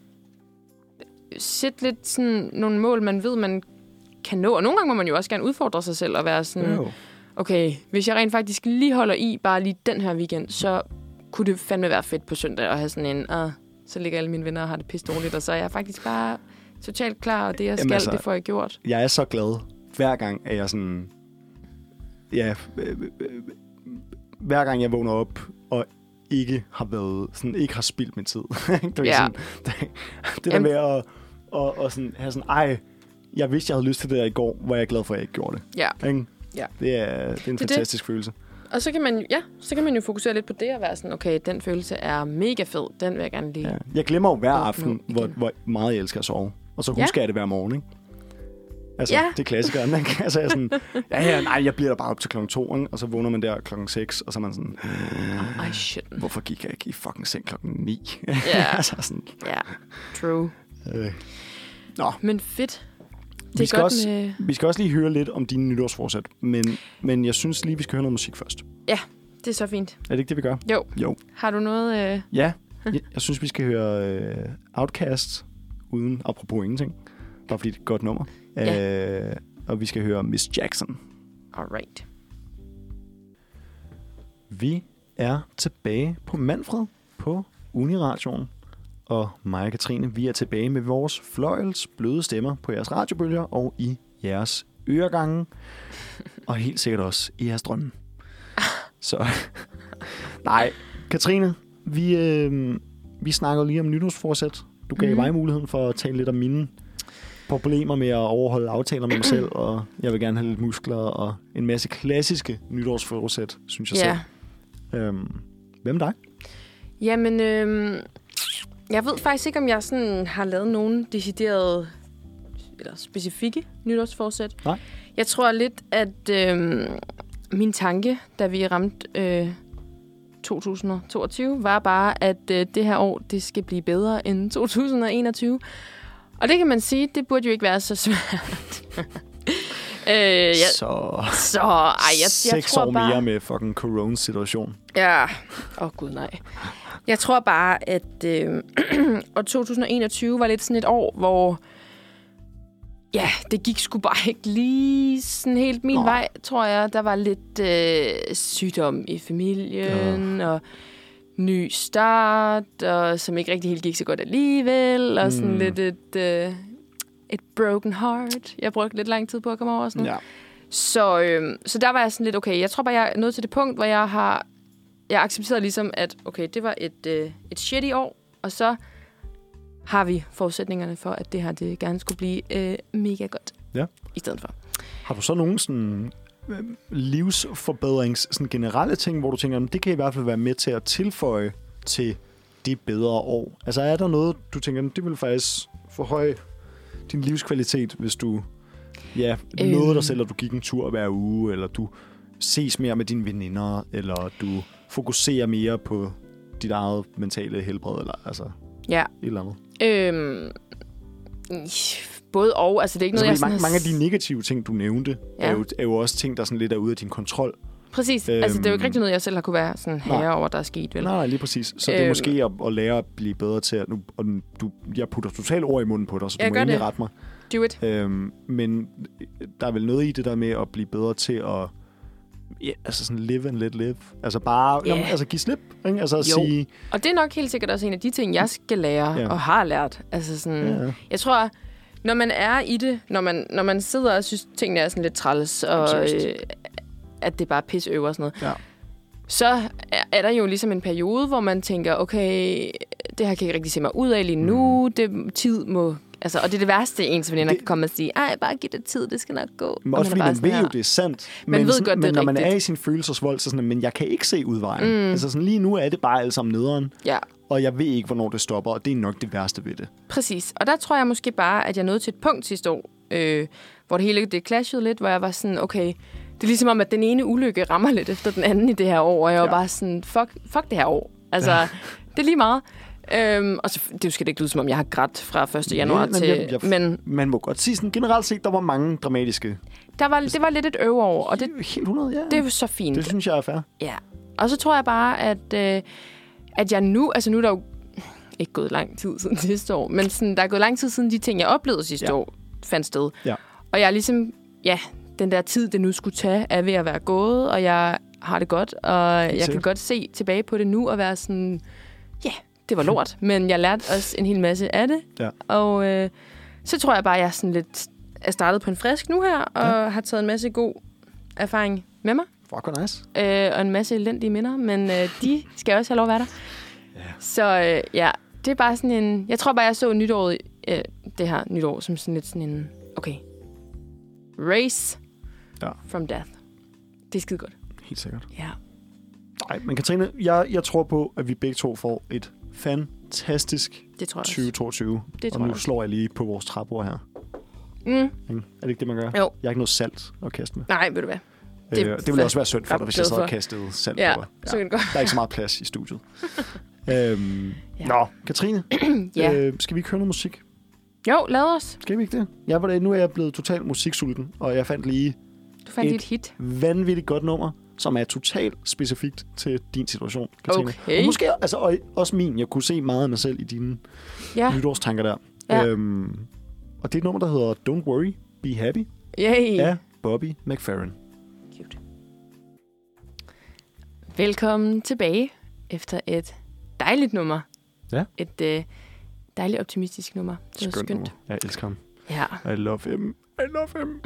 sætte lidt sådan nogle mål, man ved, man kan nå. Og nogle gange må man jo også gerne udfordre sig selv og være sådan, jo. okay, hvis jeg rent faktisk lige holder i bare lige den her weekend, så kunne det fandme være fedt på søndag at have sådan en, ah, så ligger alle mine venner og har det pisse dårligt, og så er jeg faktisk bare totalt klar, og det jeg skal, altså, det får jeg gjort. Jeg er så glad, hver gang er jeg sådan, ja, øh, øh, hver gang jeg vågner op, og ikke har været, sådan, ikke har spildt min tid. det, ja. sådan, det, det der med at, at, at sådan, have sådan, ej, jeg vidste, jeg havde lyst til det der i går, hvor jeg er glad for, at jeg ikke gjorde det. Ja. Ikke? Ja. Det er, det er en det fantastisk det. følelse. Og så kan man, ja, så kan man jo fokusere lidt på det og være sådan, okay, den følelse er mega fed, den vil jeg gerne lige... Ja. Jeg glemmer jo hver aften, hvor, hvor meget jeg elsker at sove. Og så husker ja. jeg det hver morgen, ikke? Altså, ja. det er klassikeren, ikke? Altså, jeg er sådan, ja, ja, nej, jeg bliver der bare op til klokken to, ikke? Og så vågner man der klokken seks, og så er man sådan, oh, I shouldn't. Hvorfor gik jeg ikke i fucking seng klokken ni? Ja, altså, sådan. ja, true. Øh. Nå. Men fedt. Det vi, er skal godt også, med... vi skal også lige høre lidt om dine nytårsforsæt, men, men jeg synes lige, vi skal høre noget musik først. Ja, det er så fint. Er det ikke det, vi gør? Jo. jo. Har du noget... Øh... Ja, jeg, jeg synes, vi skal høre øh, Outkast, uden apropos ingenting. Bare fordi det er et godt nummer. Ja. Øh, og vi skal høre Miss Jackson. Alright. Vi er tilbage på Manfred på Uniradioen. Og mig og Katrine, vi er tilbage med vores fløjels bløde stemmer på jeres radiobølger og i jeres øregange. Og helt sikkert også i jeres drømme. Så nej, Katrine, vi, øh, vi snakker lige om nytårsforsæt. Du gav mm. mig muligheden for at tale lidt om mine problemer med at overholde aftaler med mig selv, og jeg vil gerne have lidt muskler og en masse klassiske nytårsforsæt, synes jeg yeah. selv. Øhm, hvem er dig? Jamen, øh, jeg ved faktisk ikke, om jeg sådan har lavet nogen deciderede eller specifikke nytårsforsæt. Nej. Jeg tror lidt, at øh, min tanke, da vi ramte øh, to tusind og toogtyve, var bare, at øh, det her år, det skal blive bedre end to tusind og enogtyve. Og det kan man sige, det burde jo ikke være så svært. øh, jeg, så... Så... Ej, jeg, jeg Seks tror år bare... mere med fucking corona-situation. Ja. Åh, oh, gud nej. Jeg tror bare, at øh, og to tusind og enogtyve var lidt sådan et år, hvor... Ja, det gik sgu bare ikke lige sådan helt min Nå. vej, tror jeg. Der var lidt øh, sygdom i familien, ja. og ny start, og som ikke rigtig helt gik så godt alligevel, og sådan mm. lidt et, øh, et broken heart. Jeg brugte lidt lang tid på at komme over sådan. Ja. Så, øh, så der var jeg sådan lidt, okay, jeg tror bare, jeg er nået til det punkt, hvor jeg har jeg accepteret ligesom, at okay, det var et, øh, et shitty år, og så har vi forudsætningerne for, at det her det gerne skulle blive øh, mega godt. Ja. I stedet for. Har du så nogle sådan øh, livsforbedrings sådan generelle ting, hvor du tænker, det kan i hvert fald være med til at tilføje til det bedre år? Altså er der noget, du tænker, det vil faktisk forhøje din livskvalitet, hvis du ja, øhm. nåede dig selv, at du gik en tur hver uge, eller du ses mere med dine veninder, eller du fokuserer mere på dit eget mentale helbred, eller altså ja. et eller andet? Øhm, både og. Altså, det er ikke noget, altså, jeg mange, mange af de negative ting, du nævnte, ja. er, jo, er jo også ting, der sådan lidt er ude af din kontrol. Præcis. Øhm, altså, det er jo ikke rigtig noget, jeg selv har kunne være sådan herre over, der er sket, vel? Nej, nej, lige præcis. Så øhm, det er måske at, at lære at blive bedre til at... Nu, og du, jeg putter totalt ord i munden på dig, så du må egentlig rette mig. Do it. Øhm, men der er vel noget i det der med at blive bedre til at... Ja, altså sådan live and let live. Altså bare yeah. jamen, altså give slip, ikke? Altså at jo. sige... Og det er nok helt sikkert også en af de ting, jeg skal lære ja. og har lært. Altså sådan... Ja. Jeg tror, når man er i det, når man, når man sidder og synes, tingene er sådan lidt træls, og øh, at det bare pis øver og sådan noget, ja. så er, er der jo ligesom en periode, hvor man tænker, okay, det her kan jeg ikke rigtig se mig ud af lige nu, mm. det tid må... Altså, og det er det værste, ens veninder kan komme og sige, ej, bare giv det tid, det skal nok gå. Men også fordi man ved jo, det er sandt. Man men ved sådan, godt, men det er når man rigtigt. er i sin følelsesvold, så sådan, men jeg kan ikke se udvejen. Mm. Altså sådan, lige nu er det bare alt sammen nederen. Ja. Og jeg ved ikke, hvornår det stopper, og det er nok det værste ved det. Præcis. Og der tror jeg måske bare, at jeg nåede til et punkt sidste år, øh, hvor det hele det clashede lidt, hvor jeg var sådan, okay, det er ligesom om, at den ene ulykke rammer lidt efter den anden i det her år, og jeg var ja. bare sådan, fuck, fuck det her år. Altså, ja. det er lige meget. Øhm, og så, det skal det ikke lyde, som om jeg har grædt fra første januar ja, til... Jeg, jeg, men man må godt sige sådan, generelt set, der var mange dramatiske... Der var, det var lidt et øveår, og det, helt hundrede, ja. det var så fint. Det synes jeg er fair. Ja, og så tror jeg bare, at, øh, at jeg nu... Altså nu er der jo ikke gået lang tid siden sidste år, men sådan, der er gået lang tid siden de ting, jeg oplevede sidste ja. år, fandt sted. Ja. Og jeg er ligesom... Ja, den der tid, det nu skulle tage, er ved at være gået, og jeg har det godt, og jeg kan godt se tilbage på det nu og være sådan... Ja, yeah, det var lort, men jeg lærte også en hel masse af det. Ja. Og øh, så tror jeg bare, at jeg sådan lidt er startet på en frisk nu her, og ja. har taget en masse god erfaring med mig. Fuck, nice. Øh, og en masse elendige minder, men øh, de skal også have lov at være der. Ja. Så øh, ja, det er bare sådan en... Jeg tror bare, jeg så nytåret, øh, det her nytår, som sådan lidt sådan en... Okay, race ja. from death. Det er skide godt. Helt sikkert. Ja. Nej, men Katrine, jeg, jeg tror på, at vi begge to får et fantastisk det tror jeg tyve toogtyve. Det tror og nu jeg slår jeg lige på vores trappeord her. Mm. Er det ikke det, man gør? Jo. Jeg har ikke noget salt at kaste med. Nej, ved du hvad? Det, øh, det ville også være synd for dig, hvis jeg sad og kastede salt ja, på dig. Ja, så kan det godt. Der er ikke så meget plads i studiet. øhm, ja. Nå, Katrine, ja. øh, skal vi ikke høre noget musik? Jo, lad os. Skal vi ikke det? Jeg var der, nu er jeg blevet totalt musiksulten, og jeg fandt lige du fandt et, et hit. vanvittigt godt nummer, som er totalt specifikt til din situation, Katrine. Okay. Og måske altså, og også min. Jeg kunne se meget af mig selv i dine ja. nytårstanker der. Ja. Øhm, og det er et nummer, der hedder Don't Worry, Be Happy. Yay. Af Bobby McFerrin. Cute. Velkommen tilbage efter et dejligt nummer. Ja. Et øh, dejligt optimistisk nummer. Det var skønt. skønt. Nummer. Jeg elsker ham. Ja. I love him. I love him.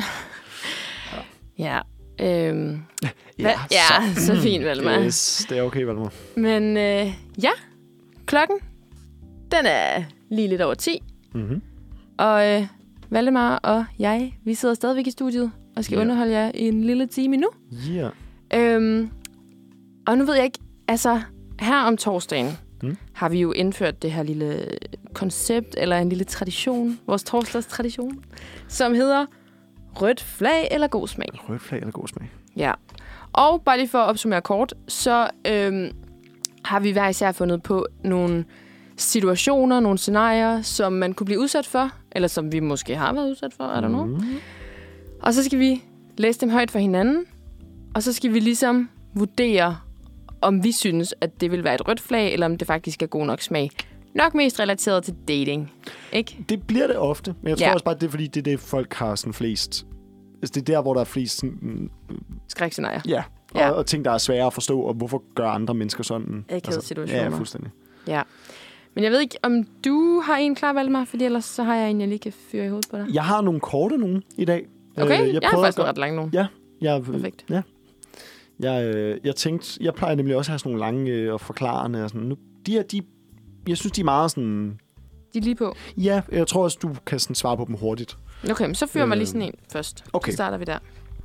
ja. Øhm, ja, ja, så, så fint, Valdemar. Yes, det er okay, Valdemar. Men øh, ja, klokken, den er lige lidt over ti. Mm-hmm. Og øh, Valdemar og jeg, vi sidder stadigvæk i studiet og skal yeah. underholde jer i en lille time nu. Ja. Yeah. Øhm, og nu ved jeg ikke, altså her om torsdagen mm. har vi jo indført det her lille koncept, eller en lille tradition, vores torsdags tradition, som hedder rødt flag eller god smag. Rødt flag eller god smag. Ja. Og bare lige for at opsummere kort, så øhm, har vi hver især fundet på nogle situationer, nogle scenarier, som man kunne blive udsat for, eller som vi måske har været udsat for, I don't know. Mm. Og så skal vi læse dem højt for hinanden, og så skal vi ligesom vurdere, om vi synes, at det vil være et rødt flag, eller om det faktisk er god nok smag. Nok mest relateret til dating, ikke? Det bliver det ofte, men jeg tror ja. også bare, det er fordi, det er det, folk har sådan flest. Altså, det er der, hvor der er flest sådan... skrækscenarier. Ja, og, ja. og ting, der er svære at forstå, og hvorfor gør andre mennesker sådan. Akavede altså, situationer. Ja, fuldstændig. Ja. Men jeg ved ikke, om du har en klar, Valdemar, fordi ellers så har jeg en, jeg lige kan fyre i hovedet på dig. Jeg har nogle korte nogen i dag. Okay, jeg, jeg har faktisk ret lange nogen. Ja, jeg, perfekt. Ja. Jeg, øh, jeg tænkte, jeg plejer nemlig også at have sådan nogle lange øh, og forklarende. Og sådan. Nu, de her, de, jeg synes, de er meget sådan... De er lige på? Ja, jeg tror også, du kan sådan svare på dem hurtigt. Okay, men så fyrer øh, mig lige sådan en først. Okay. Så starter vi der.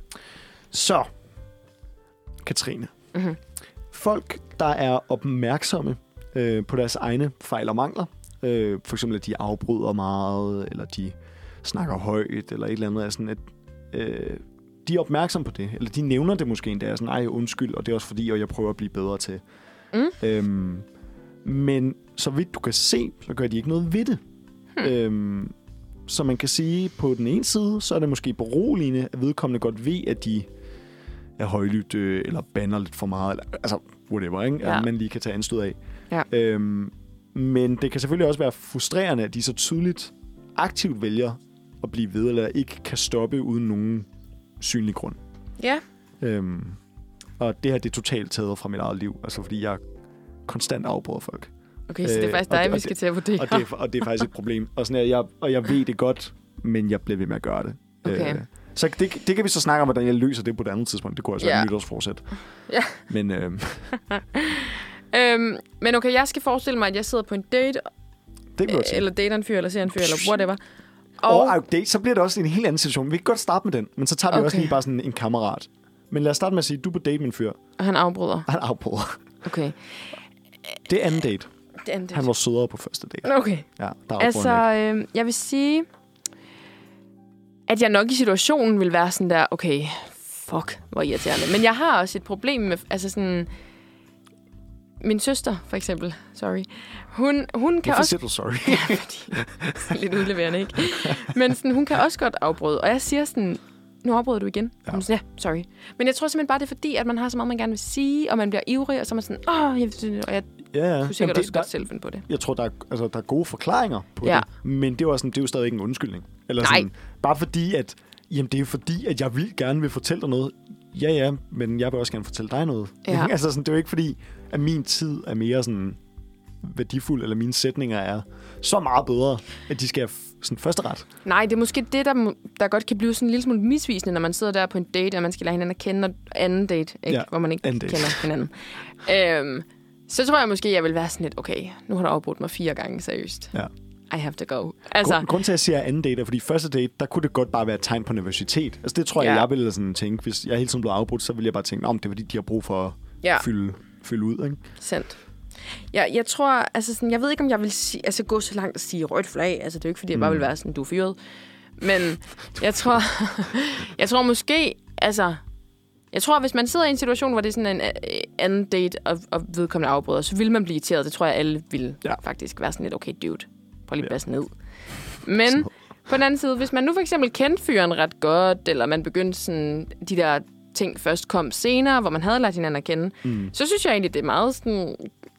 Så, Katrine. Mm-hmm. Folk, der er opmærksomme øh, på deres egne fejl og mangler, øh, for eksempel at de afbryder meget, eller de snakker højt, eller et eller andet, er sådan, at øh, de er opmærksomme på det, eller de nævner det måske endda, sådan, ej, undskyld, og det er også fordi, og jeg prøver at blive bedre til. Mm. Øhm, men så vidt du kan se, så gør de ikke noget ved det. Hmm. Øhm, så man kan sige, på den ene side, så er det måske beroligende, at vedkommende godt ved, at de er højlydt, øh, eller banner lidt for meget, eller, altså whatever, ikke? Ja. At man lige kan tage anstød af. Ja. Øhm, men det kan selvfølgelig også være frustrerende, at de så tydeligt aktivt vælger at blive ved, eller ikke kan stoppe uden nogen synlig grund. Ja. Øhm, og det her, det er totalt taget fra mit eget liv, altså fordi jeg konstant afbryder folk. Okay, så det er faktisk dig, øh, vi skal til at vurdere. Og det, er, og det er faktisk et problem. Og, sådan, jeg, og jeg ved det godt, men jeg bliver ved med at gøre det. Okay. Øh, så det, det kan vi så snakke om, hvordan jeg løser det på et andet tidspunkt. Det kunne altså være ja. en nytårsforsæt. Ja. Men, øh, øhm, men okay, jeg skal forestille mig, at jeg sidder på en date. Det øh, eller dater en fyr, eller ser en fyr, eller whatever. Og, og date, så bliver det også en helt anden situation. Vi kan godt starte med den, men så tager vi okay. også lige bare sådan en kammerat. Men lad os starte med at sige, du er på date med en fyr. Og han afbryder. Han afbryder. Okay. Det er anden date. Det er anden date. Han var sødere på første date. Okay. Ja, der altså, øh, jeg vil sige... at jeg nok i situationen vil være sådan der, okay, fuck, hvor irriterende. Men jeg har også et problem med, altså sådan... Min søster, for eksempel, sorry, hun, hun kan Hvorfor også... siger du sorry? Ja, fordi det er lidt udleverende, ikke? Men sådan, hun kan også godt afbryde. Og jeg siger sådan, nu afbryder du igen. Ja. Hun siger, ja, sorry. Men jeg tror simpelthen bare, det er fordi, at man har så meget, man gerne vil sige, og man bliver ivrig, og så er man sådan, åh, jeg, og jeg ja, ja. kunne sikkert det, også der, godt selv finde på det. Jeg tror, der er, altså, der er gode forklaringer på ja. det, men det er, jo sådan, det er jo stadig ikke en undskyldning. Eller Nej. Sådan, bare fordi, at jamen, det er jo fordi, at jeg vil gerne vil fortælle dig noget. Ja, ja, men jeg vil også gerne fortælle dig noget. Ja. Altså, sådan, det er jo ikke fordi, at min tid er mere sådan værdifuld, eller mine sætninger er så meget bedre, at de skal have sådan første ret. Nej, det er måske det, der, der godt kan blive sådan en lille smule misvisende, når man sidder der på en date, og man skal lade hinanden at kende, og anden date, ikke? Ja, hvor man ikke kender hinanden. øhm, så tror jeg måske, jeg vil være sådan lidt, okay, nu har du afbrudt mig fire gange seriøst. Ja. I have to go. Altså, Grund, grund til, at jeg siger anden date, er, fordi første date, der kunne det godt bare være et tegn på nervøsitet. Altså det tror jeg, ja. jeg ville sådan tænke. Hvis jeg hele tiden blev afbrudt, så ville jeg bare tænke, om det er fordi, de har brug for at ja. fylde, fylde ud. Ikke? Sandt. Ja, jeg tror, altså sådan, jeg ved ikke, om jeg vil sige, altså gå så langt og sige rødt flag. Altså det er jo ikke, fordi jeg bare vil være sådan, du er fyret. Men jeg tror, jeg tror måske, altså, jeg tror, hvis man sidder i en situation, hvor det er sådan en anden date, og, og vedkommende afbryder, så vil man blive irriteret. Det tror jeg, alle vil ja. faktisk være sådan lidt, okay, dude, prøv lige at ja. ned. Men på den anden side, hvis man nu for eksempel kendte fyren ret godt, eller man begyndte sådan, de der ting først kom senere, hvor man havde lært hinanden at kende, mm. så synes jeg egentlig, det er meget sådan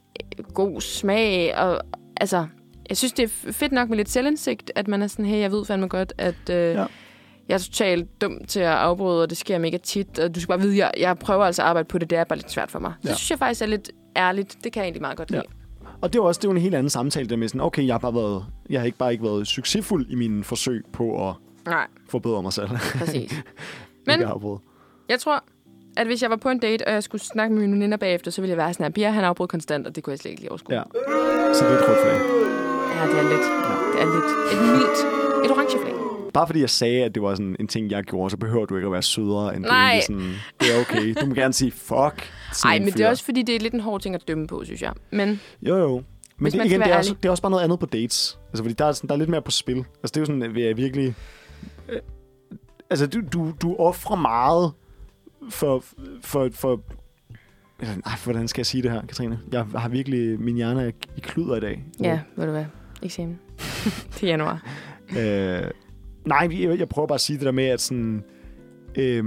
god smag, og altså, jeg synes, det er fedt nok med lidt selvindsigt, at man er sådan, hey, jeg ved fandme godt, at øh, ja. jeg er totalt dum til at afbryde, og det sker mega tit, og du skal bare vide, jeg, jeg prøver altså at arbejde på det, det er bare lidt svært for mig. Ja. Det synes jeg faktisk er lidt ærligt, det kan jeg egentlig meget godt lide. Ja. Og det er jo også det er jo en helt anden samtale, der med sådan, okay, jeg har, bare været, jeg har ikke bare ikke været succesfuld i mine forsøg på at Nej. forbedre mig selv. Præcis. Men jeg tror, at hvis jeg var på en date, og jeg skulle snakke med mine veninder bagefter, så ville jeg være sådan, at Pia, han afbrød konstant, og det kunne jeg slet ikke lige overskue. Ja. Så det er et rødt flag. Ja, det er lidt. Ja. Det er lidt. Et mildt. Et orange flag. Bare fordi jeg sagde, at det var sådan en ting, jeg gjorde, så behøver du ikke at være sødere, end Nej. det sådan, det er okay. Du må gerne sige, fuck. Nej, men det er også fordi, det er lidt en hård ting at dømme på, synes jeg. Men jo, jo. Men det, igen, det, er også, det er også bare noget andet på dates. Altså, fordi der er, sådan, der er lidt mere på spil. Altså, det er jo sådan, at jeg virkelig... Øh, altså, du, du, du offrer meget for... for, for ej, hvordan skal jeg sige det her, Katrine? Jeg har virkelig... Min hjerne er i kluder i dag. Ja, ved du hvad? Eksamen. Det er januar. øh, nej, jeg, jeg prøver bare at sige det der med, at sådan... Øh,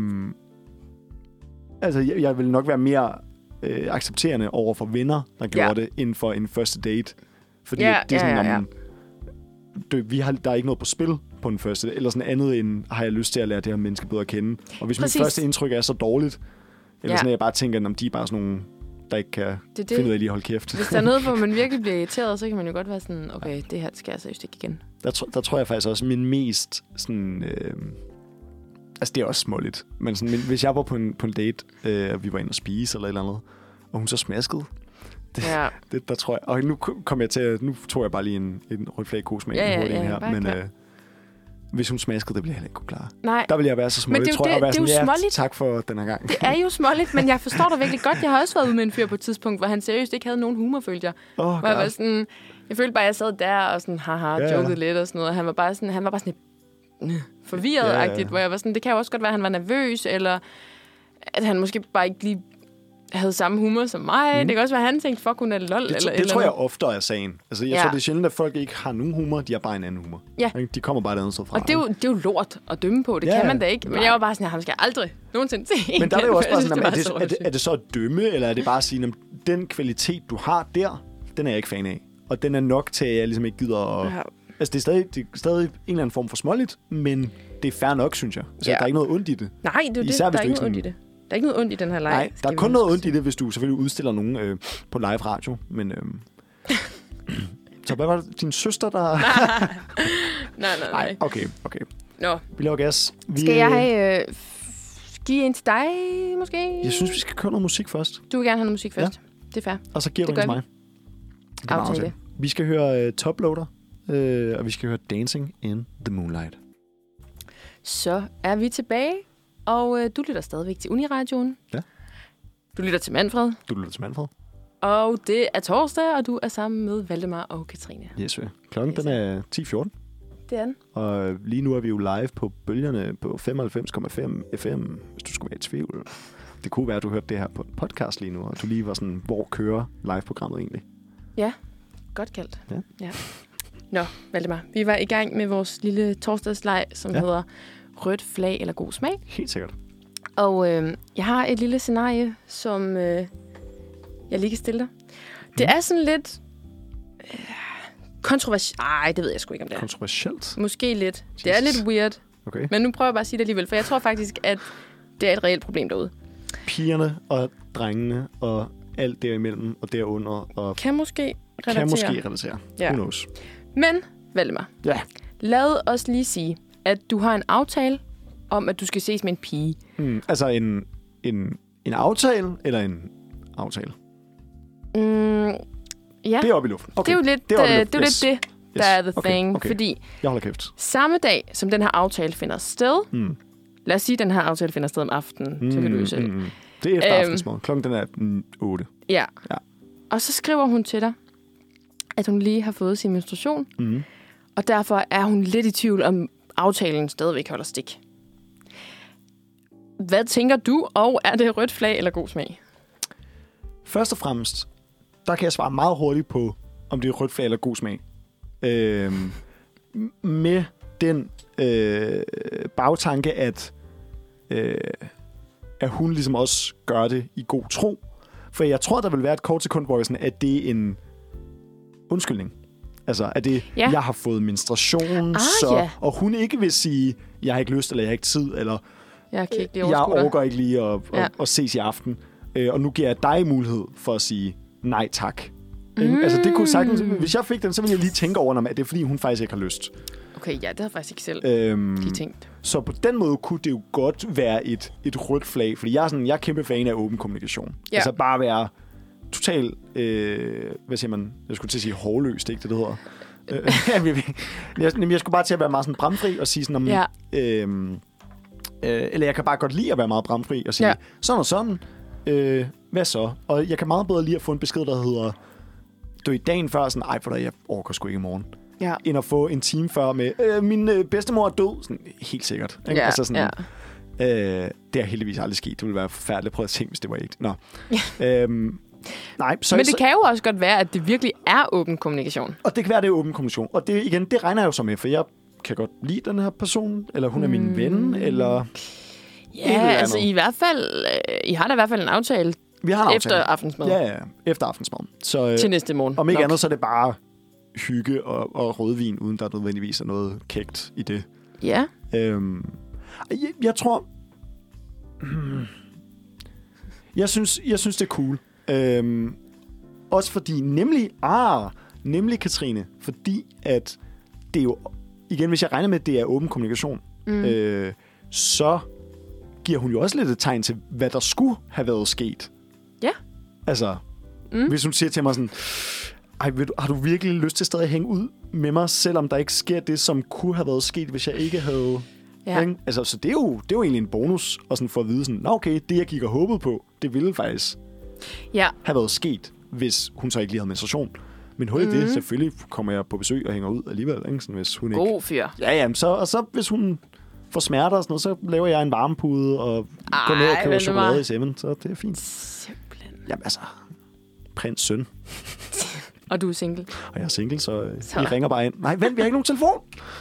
altså, jeg, jeg vil nok være mere... Øh, accepterende over for venner, der gjorde ja. det, inden for en første date. Fordi ja, det er sådan, ja, ja, ja. Om, det, vi har, der er ikke noget på spil på en første date, eller sådan andet end, har jeg lyst til at lære det her menneske bedre at kende. Og hvis Præcis. mit første indtryk er så dårligt, eller ja. sådan, at jeg bare tænker, at de er bare sådan nogle, der ikke kan det, det. finde ud af lige at holde kæft. Hvis der er noget, hvor man virkelig bliver irriteret, så kan man jo godt være sådan, okay, det her skal jeg seriøst ikke igen. Der, der tror jeg faktisk også, min mest sådan... Øh, altså, det er også småligt. Men sådan, hvis jeg var på en, på en date, øh, og vi var inde og spise eller et eller andet, og hun så smaskede, det, ja. det, der tror jeg... Og nu kom jeg til... Nu tror jeg bare lige en, en rød flag kosmag ja, ja, hurtigt ja, her. Men øh, hvis hun smaskede, det ville jeg heller ikke kunne klare. Nej. Der ville jeg være så småligt. Det, tror jeg, det, være det, det er jo sådan, småligt. Ja, tak for den her gang. Det er jo småligt, men jeg forstår dig virkelig godt. Jeg har også været ude med en fyr på et tidspunkt, hvor han seriøst ikke havde nogen humor, følte jeg. Oh, hvor jeg var sådan... Jeg følte bare, at jeg sad der og sådan, haha, ja, jokede lidt og sådan noget. Og han var bare sådan, han var bare sådan lidt forvirret-agtigt, ja, ja. Hvor jeg var sådan, det kan jo også godt være, at han var nervøs, eller at han måske bare ikke lige havde samme humor som mig. Mm. Det kan også være, at han tænkte, fuck, hun er lol. Det, eller, det eller tror jeg oftere er sagen. Altså, jeg ja. tror, det er sjældent, at folk ikke har nogen humor. De har bare en anden humor. Ja. De kommer bare et andet sted fra. Og det er, jo, det er jo lort at dømme på. Det ja. kan man da ikke. Men jeg var bare sådan, at ham skal aldrig nogensinde se. Men der er det jo også bare sådan, er det, er, det, er det så at dømme, eller er det bare at sige, at den kvalitet, du har der, den er jeg ikke fan af. Og den er nok til, at jeg ligesom ikke gider at... Ja. Altså, det er, stadig, det er stadig en eller anden form for småligt, men det er fair nok, synes jeg. Altså, ja. Der er ikke noget ondt i det. Nej, det er Især, det. Der er ikke noget ondt i det. Der er ikke noget ondt i den her leg. Nej, der er kun noget ondt i det, hvis du selvfølgelig udstiller nogen øh, på live radio. Men, øh, så hvad var det? Din søster, der... nej, nej, nej. Nej, okay, okay. Nå. Vi laver gas. Vi, skal jeg have... Øh, give en til dig, måske? Jeg synes, vi skal køre noget musik først. Du vil gerne have noget musik først. Ja. Det er fair. Og så giver det du en til mig. Aftale. Vi skal høre uh, Toploader, uh, og vi skal høre Dancing in the Moonlight. Så er vi tilbage. Og øh, du lytter stadigvæk til Uniradioen. Ja. Du lytter til Manfred. Du lytter til Manfred. Og det er torsdag, og du er sammen med Valdemar og Katrine. Yes, sir. Klokken yes, den er ti fjorten. Det er den. Og lige nu er vi jo live på bølgerne på femoghalvfems komma fem F M, hvis du skulle være i tvivl. Det kunne være, at du hørte det her på en podcast lige nu, og du lige var sådan, hvor kører live-programmet egentlig? Ja, godt kaldt. Ja. ja. Nå, Valdemar, vi var i gang med vores lille torsdagsleg, som ja. hedder Rødt flag eller god smag. Helt sikkert. Og øh, jeg har et lille scenarie, som øh, jeg lige kan stille dig. Det mm. er sådan lidt øh, kontroversielt. Ej, det ved jeg sgu ikke, om det er. Kontroversielt? Måske lidt. Jesus. Det er lidt weird. Okay. Men nu prøver jeg bare at sige det alligevel, for jeg tror faktisk, at det er et reelt problem derude. Pigerne og drengene og alt derimellem og derunder og kan måske relatere. Kan måske relatere. Ja. Who knows? Men, Valdemar, ja. lad os lige sige, at du har en aftale om, at du skal ses med en pige. Mm, altså en, en, en aftale eller en aftale? Mm, ja. Det er oppe i luften. Okay. Det er jo lidt det, er det, er yes. lidt det der yes. er the okay. thing. Okay. Fordi jeg holder kæft. Samme dag, som den her aftale finder sted, mm. lad os sige, at den her aftale finder sted om aftenen, mm, så kan du jo selv. Mm, det er efter øhm, aftensmorgen. Klokken den er mm, otte. Ja. ja. Og så skriver hun til dig, at hun lige har fået sin menstruation, mm. og derfor er hun lidt i tvivl om aftalen stadigvæk holder stik. Hvad tænker du, og er det rødt flag eller god smag? Først og fremmest, der kan jeg svare meget hurtigt på, om det er rødt flag eller god smag. Øhm, med den øh, bagtanke, at, øh, at hun ligesom også gør det i god tro. For jeg tror, der vil være et kort sekund, hvor jeg sådan, at det er en undskyldning. Altså, at det, ja. jeg har fået menstruation, ah, så, ja. og hun ikke vil sige, jeg har ikke lyst, eller jeg har ikke tid, eller jeg, kan ikke jeg overgår ikke lige at, ja. at, at ses i aften. Øh, og nu giver jeg dig mulighed for at sige nej tak. Mm. Altså, det kunne sagtens, hvis jeg fik den, så ville jeg lige tænke over, at det er fordi, hun faktisk ikke har lyst. Okay, ja, det har jeg faktisk ikke selv øhm, lige tænkt. Så på den måde kunne det jo godt være et, et rødt flag, fordi jeg er, sådan, jeg er kæmpe fan af åben kommunikation. Ja. Altså bare være total, øh, hvad siger man, jeg skulle til at sige hårløst, ikke det, det hedder? jeg, jeg skulle bare til at være meget sådan bramfri og sige sådan, om, ja. øh, øh, eller jeg kan bare godt lide at være meget bramfri og sige, ja. sådan og sådan, øh, hvad så? Og jeg kan meget bedre lide at få en besked, der hedder, du i dagen før, sådan, ej for dig, jeg orker sgu ikke i morgen. Ja. End at få en time før med, øh, min øh, bedstemor er død. Sådan, helt sikkert. Ikke? Ja, altså sådan, ja. øh, det har heldigvis aldrig sket. Det ville være forfærdeligt at prøve at tænke, hvis det var ikke. Nå. øhm, nej, så, Men det så, kan jo også godt være, at det virkelig er åben kommunikation. Og det kan være, det er åben kommunikation. Og det, igen, det regner jeg jo så med, for jeg kan godt lide den her person, eller hun er min mm. ven, eller... Ja, altså i hvert fald... Øh, I har da i hvert fald en aftale. Vi har en efter aftale. aftensmad. Ja, ja, efter aftensmad. Så, øh, til næste morgen. Om ikke nok. andet, så er det bare hygge og, og rødvin, uden der nødvendigvis er noget kægt i det. Ja. Øhm, jeg, jeg tror... Hmm, jeg, synes, jeg synes, det er cool. Øhm, også fordi, nemlig... Ah, nemlig, Katrine, fordi at det er jo... Igen, hvis jeg regner med, at det er åben kommunikation, mm. øh, så giver hun jo også lidt et tegn til, hvad der skulle have været sket. Ja. Altså, mm. hvis hun siger til mig sådan... Ej, du, har du virkelig lyst til stadig at hænge ud med mig, selvom der ikke sker det, som kunne have været sket, hvis jeg ikke havde... Ja. Ikke? Altså, så det er, jo, det er jo egentlig en bonus, og sådan for at vide sådan, nå okay, det jeg gik og håbede på, det ville faktisk ja. have været sket, hvis hun så ikke lige havde menstruation. Men hul i mm. det, selvfølgelig kommer jeg på besøg og hænger ud alligevel, ikke? Sådan, hvis hun God ikke... fyr. Ja, ja, så, og så hvis hun får smerter og sådan noget, så laver jeg en varmepude og Ej, går ned og køber chokolade i semmen, så det er fint. Simpelthen. Jamen altså, prins søn. Og du er single. Og jeg er single, så, så. I ringer bare ind. Nej, vent, vi har ikke nogen telefon.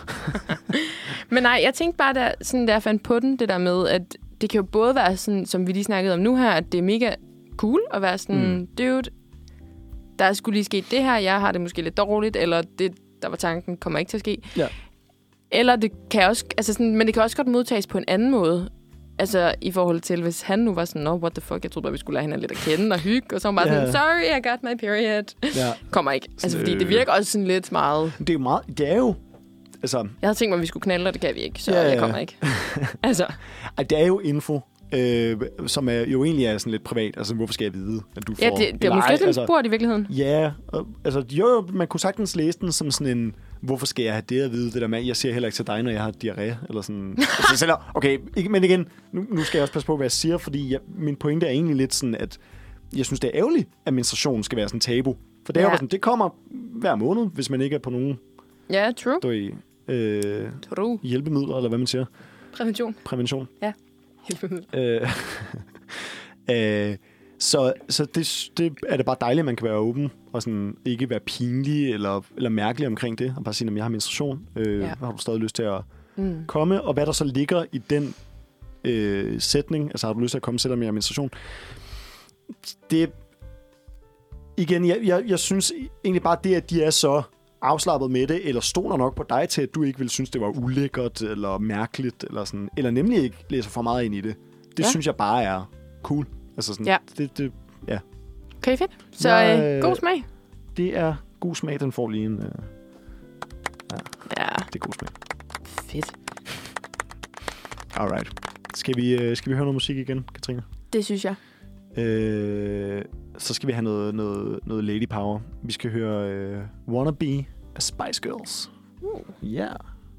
Men nej, jeg tænkte bare, der, sådan, der jeg fandt på den, det der med, at det kan jo både være sådan, som vi lige snakkede om nu her, at det er mega cool at være sådan, mm. dude, der skulle lige ske det her, jeg har det måske lidt dårligt, eller det, der var tanken, kommer ikke til at ske. Ja. Eller det kan også, altså sådan, men det kan også godt modtages på en anden måde. Altså, i forhold til, hvis han nu var sådan, no, what the fuck, jeg troede bare, vi skulle lade hende lidt at kende og hygge, og så var bare yeah. sådan, sorry, I got my period. Ja. Kommer ikke. Altså, fordi det virker også sådan lidt meget... Det er jo meget, det er jo, altså... Jeg havde tænkt mig, at vi skulle knalde, og det kan vi ikke, så ja, ja. jeg kommer ikke. Altså. Det er jo info, øh, som er, jo egentlig er sådan lidt privat. Altså, hvorfor skal jeg vide, at du får... Ja, det, det er måske lidt altså, spurgt i virkeligheden. Ja, og, altså, jo, man kunne sagtens læse den som sådan en... Hvorfor skal jeg have det at vide, det der med, jeg siger heller ikke til dig, når jeg har diarré, eller sådan. Altså, selv, okay, ikke, men igen, nu, nu skal jeg også passe på, hvad jeg siger, fordi jeg, min pointe er egentlig lidt sådan, at jeg synes, det er ærgerligt, at menstruation skal være sådan tabu. For det er ja. jo sådan, det kommer hver måned, hvis man ikke er på nogen... Ja, true. Du, øh, True. hjælpemidler, eller hvad man siger. Prævention. Prævention. Ja, hjælpemidler. Øh, øh, så så det, det er det bare dejligt, at man kan være åben, og sådan ikke være pinlig eller, eller mærkelig omkring det, og bare sige, at jeg har menstruation. Øh, ja. Har du stadig lyst til at mm. komme? Og hvad der så ligger i den øh, sætning, altså har du lyst til at komme, selvom jeg har menstruation? Det igen, jeg, jeg, jeg synes egentlig bare det, at de er så afslappet med det, eller stoler nok på dig til, at du ikke vil synes, det var ulækkert, eller mærkeligt, eller sådan, eller nemlig ikke læser for meget ind i det. Det ja. synes jeg bare er cool. Altså sådan, ja. Det, det, ja. Okay, fedt. Så ja, øh, god smag. Det er god smag, den får lige en... Øh, ja, ja, det er god smag. Fedt. Alright. Skal vi, øh, skal vi høre noget musik igen, Katrine? Det synes jeg. Øh, så skal vi have noget, noget, noget lady power. Vi skal høre øh, Wannabe af Spice Girls. Uh. Ja. Yeah.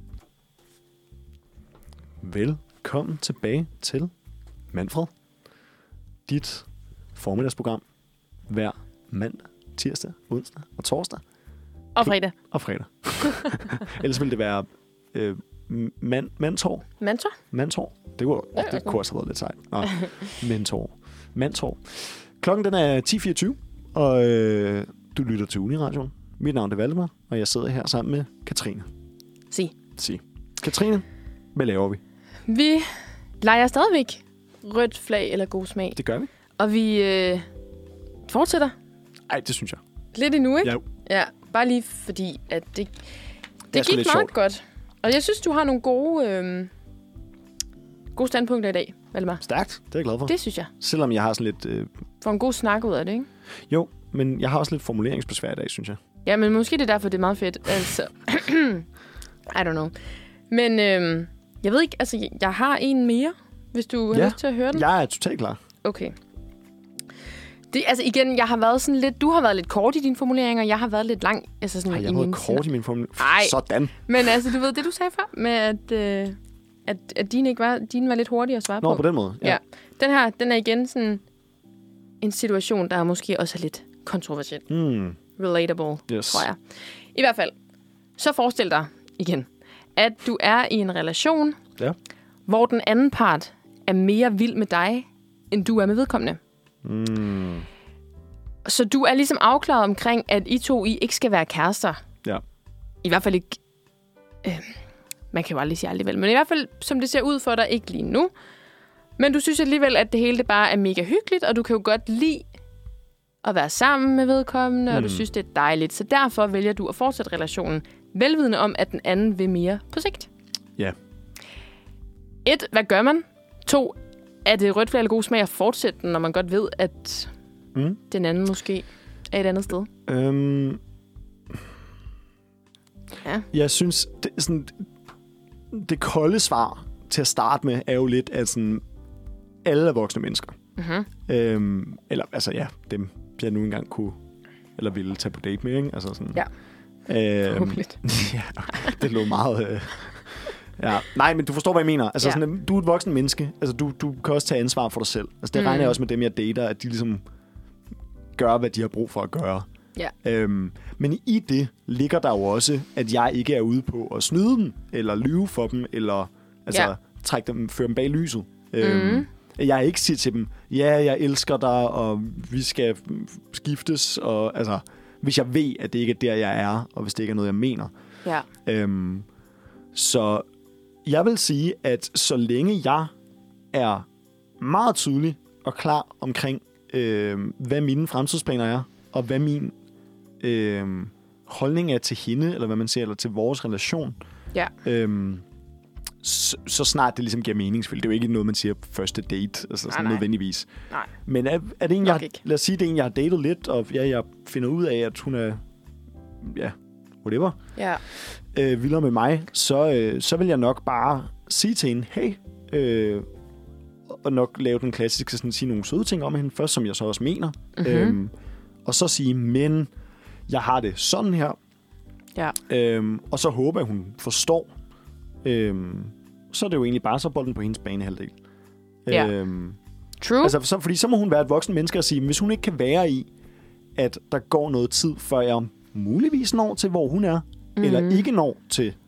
Velkommen tilbage til Manfred. Dit formiddagsprogram hver mandag, tirsdag, onsdag og torsdag. Og fredag. Og fredag. Ellers ville det være øh, man, Mantor. Mentor? Mantor. Det kunne, oh, det kunne også have været lidt sejt. Nå, Mentor. Mantor. Klokken den er ti fireogtyve, og øh, du lytter til Uniradioen. Mit navn er Valdemar, og jeg sidder her sammen med Katrine. Sig. Sig. Katrine, hvad laver vi? Vi leger stadigvæk rødt flag eller god smag. Det gør vi. Og vi øh, fortsætter. Ej, det synes jeg. Lidt endnu, ikke? Ja. Ja, bare lige fordi, at det, det, det gik meget sjovt. godt. Og jeg synes, du har nogle gode, øh, gode standpunkter i dag, Valdemar. Stærkt, det er jeg glad for. Det synes jeg. Selvom jeg har sådan lidt... Øh... Får en god snak ud af det, ikke? Jo, men jeg har også lidt formuleringsbesvær i dag, synes jeg. Ja, men måske det er derfor, det er meget fedt. Altså, I don't know. Men øh, jeg ved ikke, altså, jeg har en mere, hvis du har ja. lyst til at høre den. Jeg er totalt klar. Okay. Det, altså igen, jeg har været sådan lidt... Du har været lidt kort i dine formuleringer, jeg har været lidt lang. Altså sådan Ej, jeg i har været mine kort sætter. i mine formuleringer. Ej. Sådan. Men altså, du ved det, du sagde før, med at, øh, at, at dine, ikke var, dine var lidt hurtigere at svare Nå, på. på den måde. Ja. ja. Den her, den er igen sådan en situation, der er måske også er lidt kontroversiel. Mm. Relatable, yes. tror jeg. I hvert fald, så forestil dig igen, at du er i en relation, ja. hvor den anden part er mere vild med dig, end du er med vedkommende. Mm. Så du er ligesom afklaret omkring, at I to I ikke skal være kærester. Ja. I hvert fald ikke... Øh, man kan jo aldrig sige aldrig vel, men i hvert fald, som det ser ud for dig, ikke lige nu. Men du synes alligevel, at det hele det bare er mega hyggeligt, og du kan jo godt lide at være sammen med vedkommende, mm. og du synes, det er dejligt. Så derfor vælger du at fortsætte relationen, velvidende om, at den anden vil mere på sigt. Ja. Et, hvad gør man? To, er det rødt flag eller god smag at fortsætte den, når man godt ved, at mm. den anden måske er et andet sted? Øhm, ja. Jeg synes, det, sådan, det kolde svar til at starte med, er jo lidt, at sådan, alle er voksne mennesker. Mm-hmm. Øhm, eller, altså ja, dem jeg nu engang kunne, eller ville tage på date med, ikke? Altså sådan. Ja. Øhm, ja, det lå meget... Øh, ja. Nej, men du forstår, hvad jeg mener. Altså, ja. Sådan, du er et voksen menneske. Altså, du, du kan også tage ansvar for dig selv. Altså, det mm. regner jeg også med dem, jeg dater, at de ligesom gør, hvad de har brug for at gøre. Ja. Øhm, men i det ligger der jo også, at jeg ikke er ude på at snyde dem, eller lyve for dem, eller altså, ja. trække dem, føre dem bag lyset. Mm. Øhm, jeg ikke siger til dem, ja, jeg elsker dig, og vi skal skiftes, og altså, hvis jeg ved, at det ikke er der, jeg er, og hvis det ikke er noget, jeg mener. Ja. Øhm, så jeg vil sige, at så længe jeg er meget tydelig og klar omkring, øh, hvad mine fremtidsplaner er, og hvad min øh, holdning er til hende, eller hvad man siger, eller til vores relation, ja. øh, så, så snart det ligesom giver mening. Det er jo ikke noget, man siger første date, altså sådan nej, nødvendigvis. Nej. Men er, er det en, jeg har, lad os sige, det er en, jeg har datet lidt, og ja, jeg finder ud af, at hun er, ja, whatever, ja. øh, vildere med mig, så, øh, så vil jeg nok bare sige til hende, hey, øh, og nok lave den klassiske, sådan, sige nogle søde ting om hende først, som jeg så også mener. Mm-hmm. Øhm, og så sige, men jeg har det sådan her. Ja. Øhm, og så håber jeg, hun forstår. Øhm, så er det jo egentlig bare så bolden på hendes banehalvdel. Ja. Øhm, True. Altså, så, fordi så må hun være et voksen menneske og sige, hvis hun ikke kan være i, at der går noget tid, før jeg muligvis når til, hvor hun er, mm. eller ikke når til,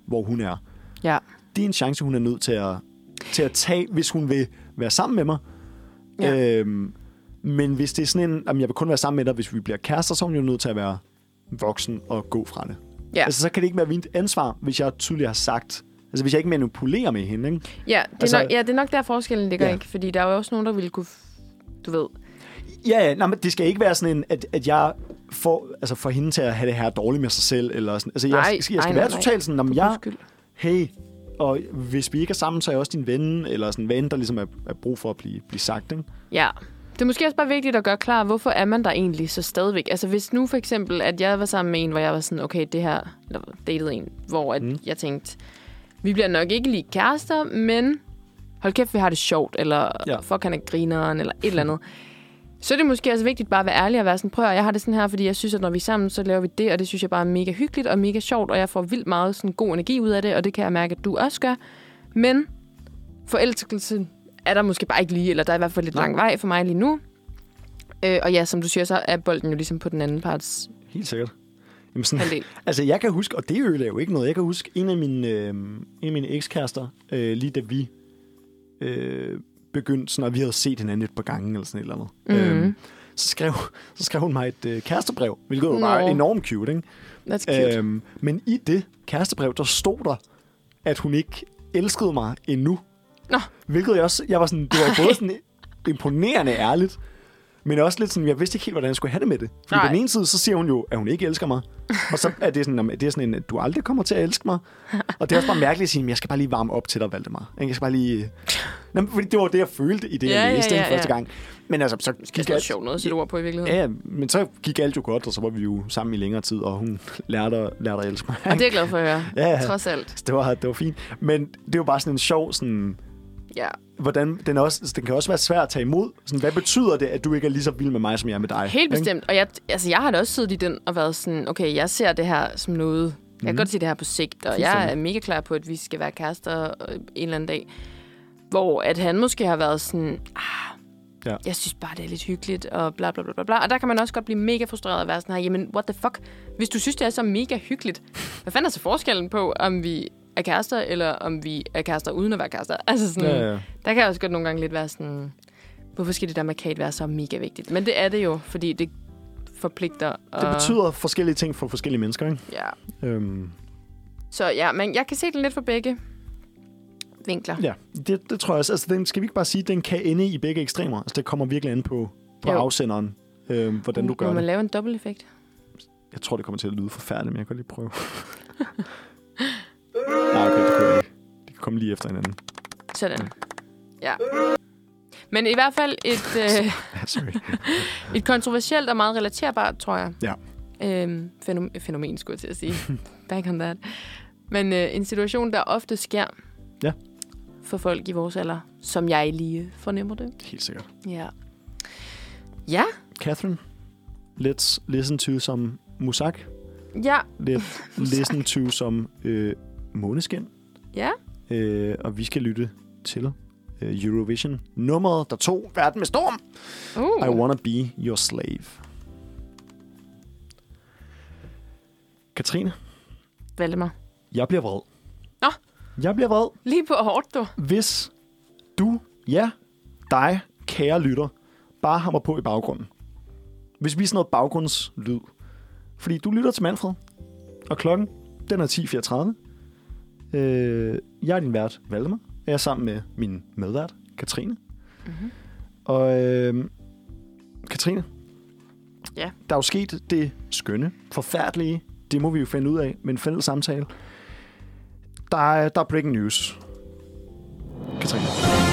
hvor hun er. Ja. Det er en chance, hun er nødt til at, til at tage, hvis hun vil være sammen med mig. Ja. Øhm, men hvis det er sådan en, jamen jeg vil kun være sammen med dig, hvis vi bliver kærester, så er hun jo nødt til at være voksen og gå fra det. Ja. Altså, så kan det ikke være mit ansvar, hvis jeg tydeligt har sagt... Altså, hvis jeg ikke manipulerer med hende, ikke? Ja, det er, altså, nok, ja, det er nok der forskellen ligger, ja. ikke? Fordi der er jo også nogen, der ville kunne... Du ved... Ja, ja. Nej, men det skal ikke være sådan en, at, at jeg får, altså, får hende til at have det her dårligt med sig selv. Eller sådan. Altså, jeg, Nej, jeg skal, jeg skal nej, være nej, totalt sådan, om jeg... Skyld. Hey, og hvis vi ikke er sammen, så er jeg også din ven. Eller sådan en ven, der ligesom er, er brug for at blive, blive sagt, ikke? Ja. Det er måske også bare vigtigt at gøre klar, hvorfor er man der egentlig så stadigvæk? Altså hvis nu for eksempel, at jeg var sammen med en, hvor jeg var sådan, okay, det her, eller datede en, hvor at mm. jeg tænkte, vi bliver nok ikke lige kærester, men hold kæft, vi har det sjovt, eller ja. fuck, han er grineren, eller et eller andet. Så er det måske også vigtigt bare at være ærlig og være sådan, prøv at jeg har det sådan her, fordi jeg synes, at når vi er sammen, så laver vi det, og det synes jeg bare er mega hyggeligt og mega sjovt, og jeg får vildt meget sådan god energi ud af det, og det kan jeg mærke, at du også gør. Men forelskelsen er der måske bare ikke lige, eller der er i hvert fald lidt lang vej for mig lige nu. Øh, og ja, som du siger, så er bolden jo ligesom på den anden parts. Helt sikkert. Jamen sådan, halvdel. Altså, jeg kan huske, og det ødelægger jo ikke noget, jeg kan huske en af mine, øh, en af mine ekskærester, øh, lige da vi øh, begyndte, sådan, og vi havde set hinanden et par gange, eller sådan et eller andet. Mm-hmm. Øh, så, skrev, så skrev hun mig et øh, kærestebrev, hvilket no. var enormt cute, ikke? That's cute. Øh, men i det kærestebrev, der stod der, at hun ikke elskede mig endnu. Nå. Hvilket jeg også, jeg var sådan, det var både sådan imponerende ærligt, men også lidt sådan, jeg vidste ikke helt, hvordan jeg skulle have det med det. Fordi på den ene side, så siger hun jo, at hun ikke elsker mig. Og så er det sådan, det er sådan en, at du aldrig kommer til at elske mig. Og det er også bare mærkeligt at sige, at jeg skal bare lige varme op til dig, Valdemar. Jeg skal bare lige... Nå, fordi det var det, jeg følte i det, ja, jeg læste ja, ja, ja. første gang. Men altså, så gik alt... Det er sjovt noget at sætte ord på i virkeligheden. Ja, men så gik alt jo godt, og så var vi jo sammen i længere tid, og hun lærte, lærte at elske mig. Og det er jeg glad for at høre. Ja, trods alt. Det var, det var fint. Men det var bare sådan en sjov sådan... Ja. Hvordan den, også, den kan også være svær at tage imod. Sådan, hvad betyder det, at du ikke er lige så vild med mig, som jeg er med dig? Helt bestemt. Ikke? Og jeg, altså, jeg har da også siddet i den og været sådan, okay, jeg ser det her som noget... Jeg mm. kan godt se det her på sigt, og jeg er mega klar på, at vi skal være kærester en eller anden dag. Hvor at han måske har været sådan... Ah, ja. Jeg synes bare, det er lidt hyggeligt, og bla bla bla bla. Og der kan man også godt blive mega frustreret og være sådan her, jamen, what the fuck? Hvis du synes, det er så mega hyggeligt, hvad fanden er så forskellen på, om vi er kærester, eller om vi er kærester uden at være kærester? Altså sådan, ja, ja. Der kan også godt nogle gange lidt være sådan, hvorfor skal det der med Kate være så mega vigtigt? Men det er det jo, fordi det forpligter. Og... Det betyder forskellige ting for forskellige mennesker, ikke? Ja. Øhm. Så ja, men jeg kan se det lidt for begge vinkler. Ja, det, det tror jeg også. Altså, den, skal vi ikke bare sige, at den kan ende i begge ekstremer? Altså, det kommer virkelig an på, på afsenderen, øhm, hvordan uh, du gør det. Må man lave en dobbelt-effekt? Jeg tror, det kommer til at lyde forfærdeligt, men jeg kan lige prøve. Nej, okay, det kunne jeg ikke. De kan komme lige efter hinanden. Sådan. Ja. Men i hvert fald et, øh, et kontroversielt og meget relaterbart, tror jeg. Ja. Øhm, fænomen, fænomen, skulle jeg til at sige. Back on that. Men øh, en situation, der ofte sker ja. for folk i vores alder, som jeg lige fornemmer det. Helt sikkert. Ja. Ja. Catherine, let's listen to some Musak. Ja. Let's listen to some øh, Måneskin. Ja. Øh, og vi skal lytte til øh, Eurovision. Nummeret, der tog verden med storm. Uh. I Wanna Be Your Slave. Katrine. Valdemar. Jeg bliver vred. Nå. Jeg bliver vred. Lige på hårdt, du. Hvis du, ja, dig, kære lytter, bare hammer på i baggrunden. Hvis vi sådan noget baggrundslyd. Fordi du lytter til Manfred. Og klokken, den er ti fireogtredive. Øh, jeg er din vært, Valdemar. Jeg er sammen med min medvært, Katrine. Mm-hmm. Og øh, Katrine, ja. Der er jo sket det skønne, forfærdelige, det må vi jo finde ud af med en fælles samtale. Der er, der er breaking news. Katrine.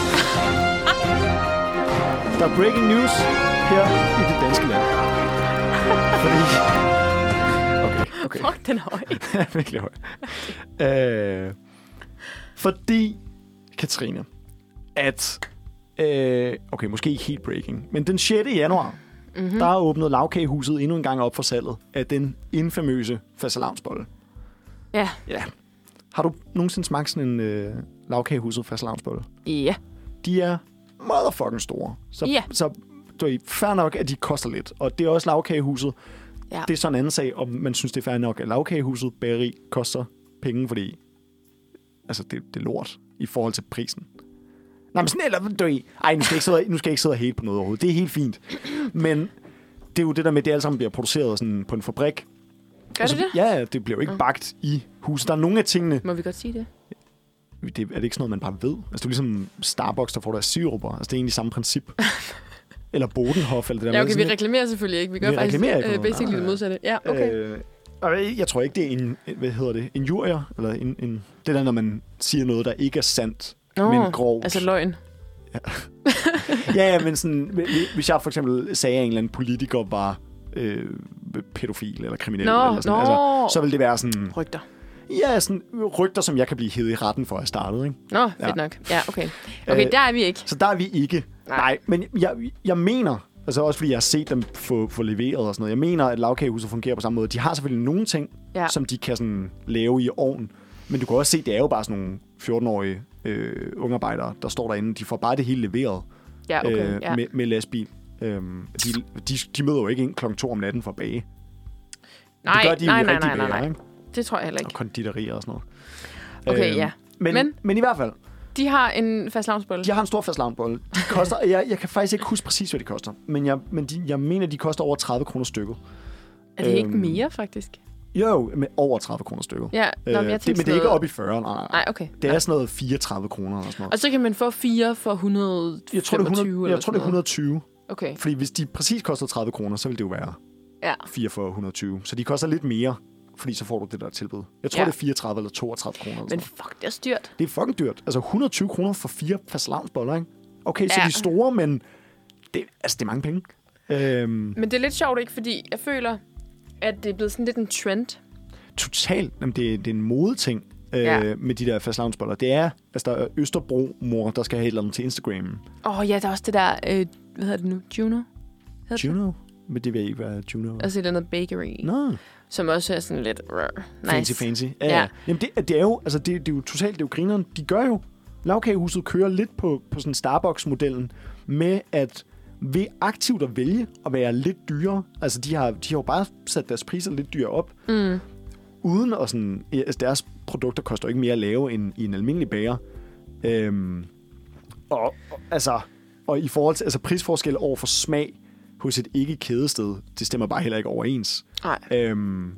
Der er breaking news her i det danske land. Fordi... Okay, okay. Fuck, den er høj. Virkelig høj. øh, fordi, Katrine, at... Øh, okay, måske ikke helt breaking, men den sjette januar, mm-hmm. der er åbnet Lagkagehuset endnu en gang op for salget af den infamøse fastelavnsbolle. Ja. Ja. Har du nogensinde smagt sådan en øh, Lagkagehuset fastelavnsbolle? Ja. De er motherfucking store. Så, ja. så du er fair nok, at de koster lidt. Og det er også Lagkagehuset. Ja. Det er sådan en anden sag, om man synes, det er fair nok, at Lagkagehuset bageri koster penge, fordi altså, det, det er lort i forhold til prisen. Nej, men sådan, eller, du, ej, nu skal jeg ikke sidde, nu skal jeg ikke sidde og hate på noget overhovedet. Det er helt fint. Men det er jo det der med, at det alt sammen bliver produceret sådan på en fabrik. Gør det det? Ja, det bliver jo ikke bagt i huset. Der er nogle af tingene... Må vi godt sige det? Det, er det ikke sådan noget, man bare ved? Altså, det er ligesom Starbucks, der får deres siruper. Altså, det er egentlig samme princip. Eller Bodenhof, eller det der ja, okay, med. vi reklamerer selvfølgelig ikke. Vi gør vi faktisk øh, basically det modsatte. Ja, okay. Øh, og jeg tror ikke, det er en, hvad hedder det, en jurier, eller en, en, det der, når man siger noget, der ikke er sandt, oh, men grovt. Altså løgn. Ja. ja, ja, men sådan, hvis jeg for eksempel sagde, at en eller anden politiker var øh, pædofil eller kriminel, nå, eller sådan, nå. Altså, så vil det være sådan... Rygter. Ja, sådan rygter, som jeg kan blive hævet i retten for at starte, ikke? Nå, fedt ja. nok. Ja, okay. Okay, øh, der er vi ikke. Så der er vi ikke. Nej, Nej men jeg, jeg mener, altså også fordi jeg har set dem få, få leveret og sådan noget, jeg mener, at Lagkagehuset fungerer på samme måde. De har selvfølgelig nogle ting, ja. som de kan sådan lave i ovnen, men du kan også se, det er jo bare sådan nogle fjorten-årige øh, ungarbejdere, der står derinde. De får bare det hele leveret ja, okay, øh, ja. med, med lastbil. Øhm, de, de, de møder jo ikke ind klokken to om natten for at bage. Nej, det gør de nej, jo nej, rigtig nej, nej, nej. bager, ikke? Det tror jeg heller ikke. Og konditorier og sådan noget. Okay, øhm, ja. Men, men, men i hvert fald... De har en fastelavnsbolle. De har en stor fastelavnsbolle. De koster... jeg, jeg kan faktisk ikke huske præcis, hvad de koster. Men jeg, men de, jeg mener, de koster over tredive kroner stykket. Er det øhm, ikke mere, faktisk? Jo, med over tredive kroner stykket. Ja, nå, men, jeg øh, det, men det er ikke op i fyrre. Nej, nej okay. Det er nej. sådan noget fireogtredive kroner eller sådan noget. Og så kan man få fire for et hundrede og femogtyve jeg tror, det er hundrede, eller jeg tror, det er et hundrede og tyve. Okay. Fordi hvis de præcis koster tredive kroner, så vil det jo være ja. fire for et hundrede og tyve. Så de koster lidt mere, fordi så får du det der tilbud. Jeg tror, ja. det er fireogtredive eller toogtredive kroner. Men fuck, det er styrt. Det er fucking dyrt. Altså et hundrede og tyve kroner for fire fastelavnsboller, ikke? Okay, så ja. de er store, men det, altså, det er mange penge. Øhm, men det er lidt sjovt, ikke? Fordi jeg føler, at det er blevet sådan lidt en trend. Totalt. Jamen, det, det er en modeting øh, ja. med de der fastelavnsboller. Det er, altså der er Østerbro-mor, der skal have et eller andet til Instagram. Åh oh, ja, der er også det der, øh, hvad hedder det nu? Juno? Hedder Juno? Det? Men det vil ikke være Juno. Altså et eller andet bakery. Nå. Som også er sådan lidt rrr, nice. Fancy, fancy. Ja, ja. Jamen, det, det er jo, altså det, det er jo totalt, det er jo grineren. De gør jo, Lagkagehuset kører lidt på, på sådan Starbucks-modellen med at ved aktivt at vælge at være lidt dyrere. Altså, de har, de har jo bare sat deres priser lidt dyrere op. Mm. Uden at sådan... Altså, deres produkter koster ikke mere at lave end i en almindelig bager. Øhm, og, og, altså, og i forhold til... Altså, prisforskel over for smag hos et ikke-kædested, det stemmer bare heller ikke overens. Nej. Øhm,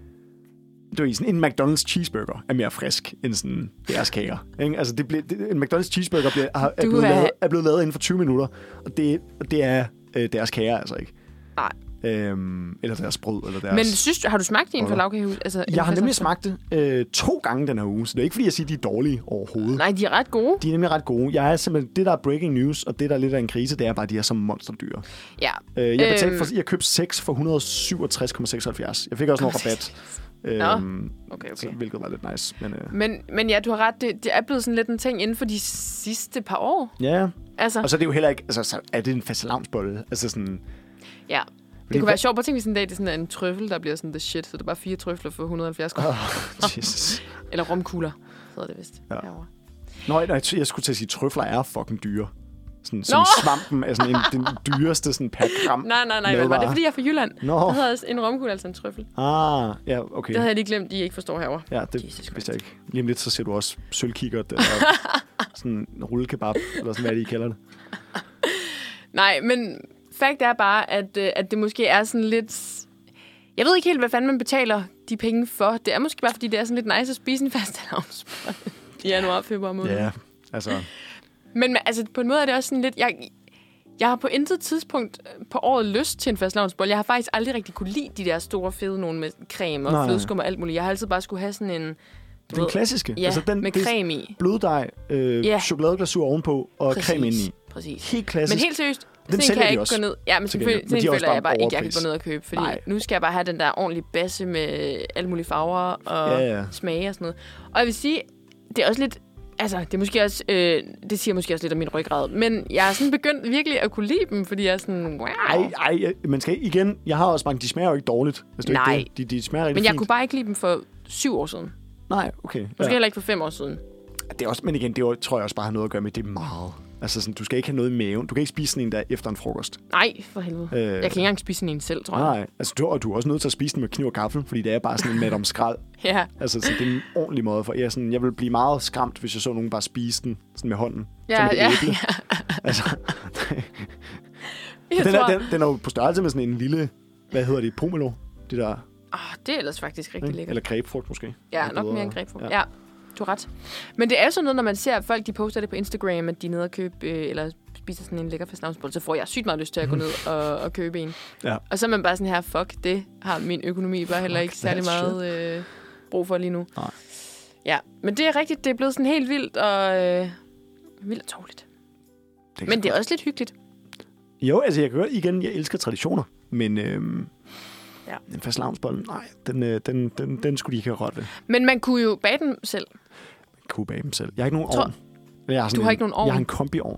det er sådan, en McDonald's cheeseburger er mere frisk end sådan deres kager. Ikke? Altså, det bliver, det, en McDonald's cheeseburger bliver, er, er, blevet er... Lavet, er blevet lavet inden for tyve minutter, og det, det er øh, deres kager altså ikke. Nej. Øhm, eller deres brød, eller deres... Men synes, har du smagt en fra Lagkagehuset? Altså, jeg har nemlig smagt det øh, to gange den her uge, så det er ikke, fordi jeg siger, de er dårlige overhovedet. Nej, de er ret gode. De er nemlig ret gode. Jeg er simpelthen... Det, der er breaking news, og det, der er lidt af en krise, det er bare, at de er som monsterdyr. Ja. Øh, jeg betalte for... Jeg købte seks for et hundrede og syvogtres komma seksoghalvfjerds. Jeg fik også noget rabat. Øhm, okay, okay. Så, hvilket var lidt nice. Men, øh. men, men ja, du har ret. Det, det er blevet sådan lidt en ting inden for de sidste par år. Ja. Altså. Og så er det jo heller ikke... Altså, så er det en fastelavnsbolle? Altså sådan... Ja. Det kunne være sjovt. Prøv at tænke, hvis en dag det er sådan en trøffel, der bliver sådan the shit, så det er bare fire trøfler for et hundrede og halvfjerds kroner. Oh, Jesus. Eller romkugler, så er det vist. Ja. Nå, nej, jeg skulle til at sige, at trøfler er fucking dyre. Sådan, som svampen er sådan en, den dyreste sådan per gram. Nej, nej, nej, var det fordi jeg er fra Jylland? Nå. Der hedder en romkugle, altså en trøffel. Ah, ja, okay. Det havde jeg lige glemt, de ikke forstår herovre. Ja, det vidste jeg ikke. Lige om lidt, så ser du også sølvkikkert, eller sådan en rullekebab, eller sådan, hvad de kalder det. Nej, men fakt er bare, at, at det måske er sådan lidt... Jeg ved ikke helt, hvad fanden man betaler de penge for. Det er måske bare, fordi det er sådan lidt nice at spise en fastelavnsbolle i januar, februar måned. Ja, altså... Men altså, på en måde er det også sådan lidt... Jeg, jeg har på intet tidspunkt på året lyst til en fastelavnsbolle. Jeg har faktisk aldrig rigtig kunne lide de der store fede nogen med creme og flødeskum og alt muligt. Jeg har altid bare skulle have sådan en... Den ved, klassiske. Ja, altså den, med creme i. Bløddej, øh, ja. chokoladeglasur ovenpå og præcis, creme indeni. Præcis. Helt klassisk. Men helt seriøst, den sådan kan jeg ikke også. gå ned. Ja, men selvfølgelig sådan føler jeg bare ikke, jeg kan gå ned og købe. Fordi Nej. nu skal jeg bare have den der ordentlige basse med alle mulige farver og ja, ja. smage og sådan noget. Og jeg vil sige, det er også lidt... Altså, det er måske også... Øh, det siger måske også lidt om min ryggrad. Men jeg er sådan begyndt virkelig at kunne lide dem, fordi jeg er sådan... Wow. Ej, ej, man skal igen... Jeg har også mange... De smager jo ikke dårligt. Altså, Nej. Ikke det. De, de smager rigtig Men jeg fint. kunne bare ikke lide dem for syv år siden. Nej, okay. Måske ja. heller ikke for fem år siden. Det er også, men igen, det er, tror jeg også bare har noget at gøre med, det er meget. Altså, sådan, du skal ikke have noget i maven. Du kan ikke spise sådan en der efter en frokost. Nej, for helvede. Øh, jeg kan ikke engang spise sådan en selv, tror jeg. Nej, altså, du, og du er også nødt til at spise den med kniv og gaffel, fordi det er bare sådan en mat om skrald. Ja. Altså, så det er en ordentlig måde for... Jeg, sådan, jeg ville blive meget skræmt, hvis jeg så nogen bare spise den sådan med hånden. Ja, som et ja, æble. ja. Altså, jeg den, tror... er, den, den er jo på størrelse med sådan en lille... Hvad hedder det? Pomelo? Det der... Oh, det er ellers faktisk rigtig lækkert. Eller grebfrugt måske. Ja, nok mere end grebfrugt. Ja. ja, du har ret. Men det er jo sådan noget, når man ser folk, de poster det på Instagram, at de er nede og købe, øh, eller spiser sådan en lækker fastelavnsbolle, så får jeg sygt meget lyst til at gå ned og, og købe en. Ja. Og så er man bare sådan her, fuck, det har min økonomi bare heller ikke særlig meget øh, brug for lige nu. Nej. Ja, men det er rigtigt, det er blevet sådan helt vildt og øh, vildt og tårligt. Det men det er også lidt hyggeligt. Jo, altså jeg kan godt igen, jeg elsker traditioner, men... Øh... Ja. En fastelavnsbolle, nej, den, øh, den, den, den skulle de ikke have råd ved. Men man kunne jo bage dem selv. Man kunne bage dem selv. Jeg har ikke nogen Tror... ovn. Jeg har du har en, ikke nogen ovn? Jeg har en kombi-ovn.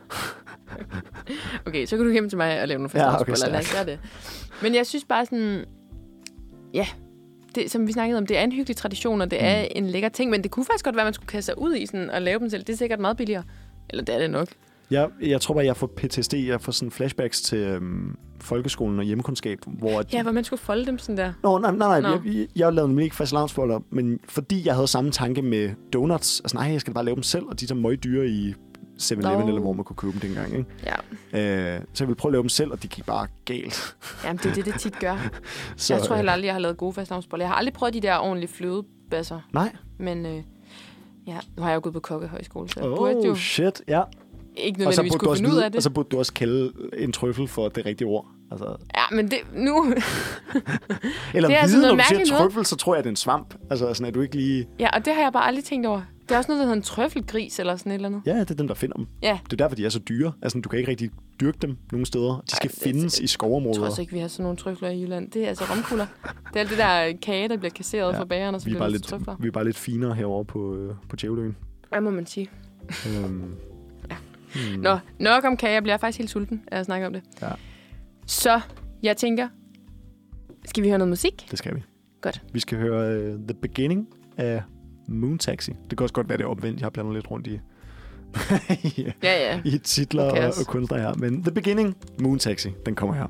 Okay, så kan du hjem til mig og lave nogle fastelavnsboller. Ja, okay, lad os gøre det. Men jeg synes bare sådan... Ja, det, som vi snakkede om, det er en hyggelig tradition, og det mm. er en lækker ting, men det kunne faktisk godt være, at man skulle kaste sig ud i sådan, og lave dem selv. Det er sikkert meget billigere. Eller det er det nok. Ja, jeg tror bare, jeg får P T S D. Jeg får sådan flashbacks til øhm, folkeskolen og hjemmekundskab. Hvor ja, hvor man skulle folde dem sådan der. Nå, nej, nej, nej. Jeg, jeg, jeg lavede nemlig ikke fastelavnsboller, men fordi jeg havde samme tanke med donuts. Altså nej, jeg skal bare lave dem selv, og de er så møg dyre i seven eleven, oh. eller hvor man kunne købe dem dengang. Ikke? Ja. Øh, så jeg ville prøve at lave dem selv, og de gik bare galt. Jamen, det er det, det tit gør. Så, jeg tror heller aldrig, jeg har lavet gode fastelavnsboller. Jeg har aldrig prøvet de der ordentlige flødebasser. Nej. Men øh, ja, nu har jeg jo gået på kokkehøjskole, så jeg oh, burde jo... shit, ja. Ikke nødvendigvis skulle finde ud af det. Og så burde du også kalde en trøffel for det rigtige ord. Altså. Ja, men det nu... Eller det er vide, når du siger trøffel, så tror jeg, det er en svamp. Altså, sådan er du ikke lige... Ja, og det har jeg bare aldrig tænkt over. Det er også noget, der hedder en trøffelgris eller sådan et eller andet. Ja, det er dem, der finder dem. Ja. Det er derfor, de er så dyre. Altså, du kan ikke rigtig dyrke dem nogen steder. De skal Ej, findes det, i skovområder. Jeg tror også ikke, vi har sådan nogle trøfler i Jylland. Det er altså romkugler. Det er alt det der kage, der bliver kasseret ja, fra bageren, og så bliver det trøfler. Vi er bare lidt finere herovre på, øh, på Djævløen. Hvad må man sige? Um. Hmm. Nå, nok om kage. Jeg bliver faktisk helt sulten af at snakke om det. Ja. Så jeg tænker, skal vi høre noget musik? Det skal vi. Godt. Vi skal høre uh, The Beginning af Moon Taxi. Det kan også godt være, det er omvendt. Jeg har blandet lidt rundt i, ja, ja. i titler og, og kunstner her. Men The Beginning, Moon Taxi, den kommer her.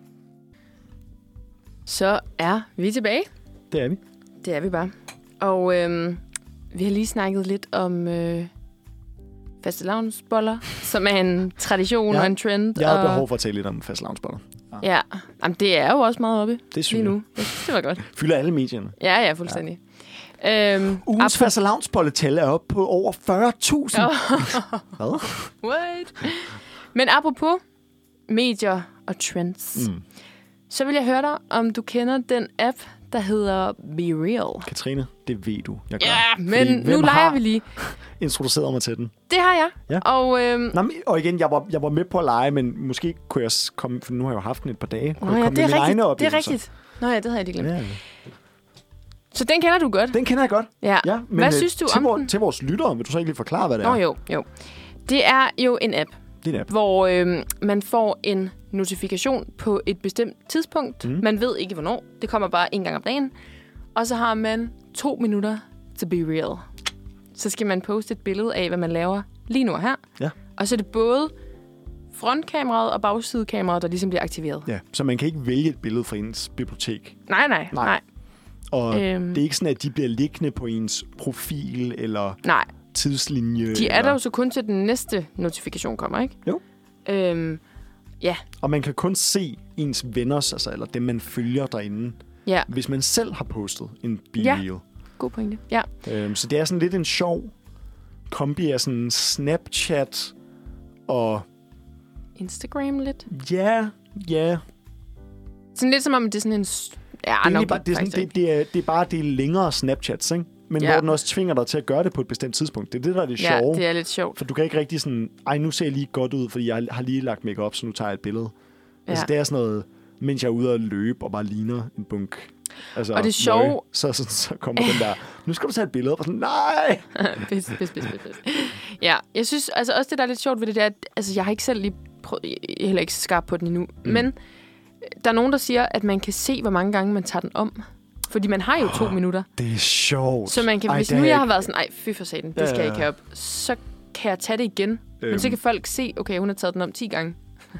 Så er vi tilbage. Det er vi. Det er vi bare. Og øhm, vi har lige snakket lidt om... Øh, fastelavnsboller, som er en tradition ja, og en trend. Jeg har og... behov for at tale lidt om fastelavnsboller. Ja, ja. Jamen, det er jo også meget oppe det synes lige nu. Jeg synes, det var godt. Fylder alle medierne. Ja, ja, fuldstændig. Ja. Øhm, Ugens ap- fastelavnsbolletal er oppe på over fyrre tusind. Oh. Hvad? What? Men apropos medier og trends, mm. så vil jeg høre dig, om du kender den app, der hedder Be Real. Katrine, det ved du, jeg gør. Ja, men fordi, nu leger vi lige. Introduceret mig til den. Det har jeg. Ja. Og, øhm, Nå, og igen, jeg var, jeg var med på at lege, men måske kunne jeg komme, for nu har jeg jo haft den et par dage. Nå ja, det er rigtigt. Det er rigtigt. Nå ja, det havde jeg lige glemt. Ja. Så den kender du godt? Den kender jeg godt. Ja. Ja, men hvad øh, synes du om vor, den? Til vores lyttere, vil du så ikke lige forklare, hvad det Nå, er? Nå jo, jo. Det er jo en app, det er en app. hvor øhm, man får en notifikation på et bestemt tidspunkt. Mm. Man ved ikke, hvornår. Det kommer bare en gang om dagen. Og så har man to minutter til Be Real. Så skal man poste et billede af, hvad man laver lige nu og her. Ja. Og så er det både frontkameraet og bagsidekameraet, der ligesom bliver aktiveret. Ja, så man kan ikke vælge et billede fra ens bibliotek. Nej, nej, nej. nej. Og øhm. det er ikke sådan, at de bliver liggende på ens profil eller nej. tidslinje. De er eller... der jo så kun til den næste notifikation kommer, ikke? Jo. Øhm, ja. Og man kan kun se ens venners, altså, eller dem, man følger derinde, ja. hvis man selv har postet en Be Real. Ja. God pointe. Ja. Øhm, så det er sådan lidt en sjov kombi af sådan Snapchat og... Instagram lidt? Ja, ja. Sådan lidt som om det er sådan en... Ja, det, er bare, det, er sådan, det, det, er, det er bare det er længere Snapchats, ikke? Men ja. hvor den også tvinger dig til at gøre det på et bestemt tidspunkt. Det er det, der er det ja, sjove. Ja, det er lidt sjovt. For du kan ikke rigtig sådan... Ej, nu ser jeg lige godt ud, fordi jeg har lige lagt make-up, så nu tager jeg et billede. Ja. Altså, det er sådan noget... Mens jeg er ude og løbe og bare ligner en bunk... Altså, og det er sjovt. Så, så, så kommer den der, nu skal du tage et billede, og sådan, nej! Pis, pis, pis, pis. Ja, jeg synes altså også, det der er lidt sjovt ved det der, at altså, jeg har ikke selv lige prøvet, jeg er heller ikke skarp på den endnu, mm. men der er nogen, der siger, at man kan se, hvor mange gange man tager den om. Fordi man har jo to oh, minutter. Det er sjovt. Så man kan, ej, hvis nu jeg har været sådan, ej, fy for satan, det skal jeg ikke have op, så kan jeg tage det igen Men så kan folk se, okay, hun har taget den om ti gange.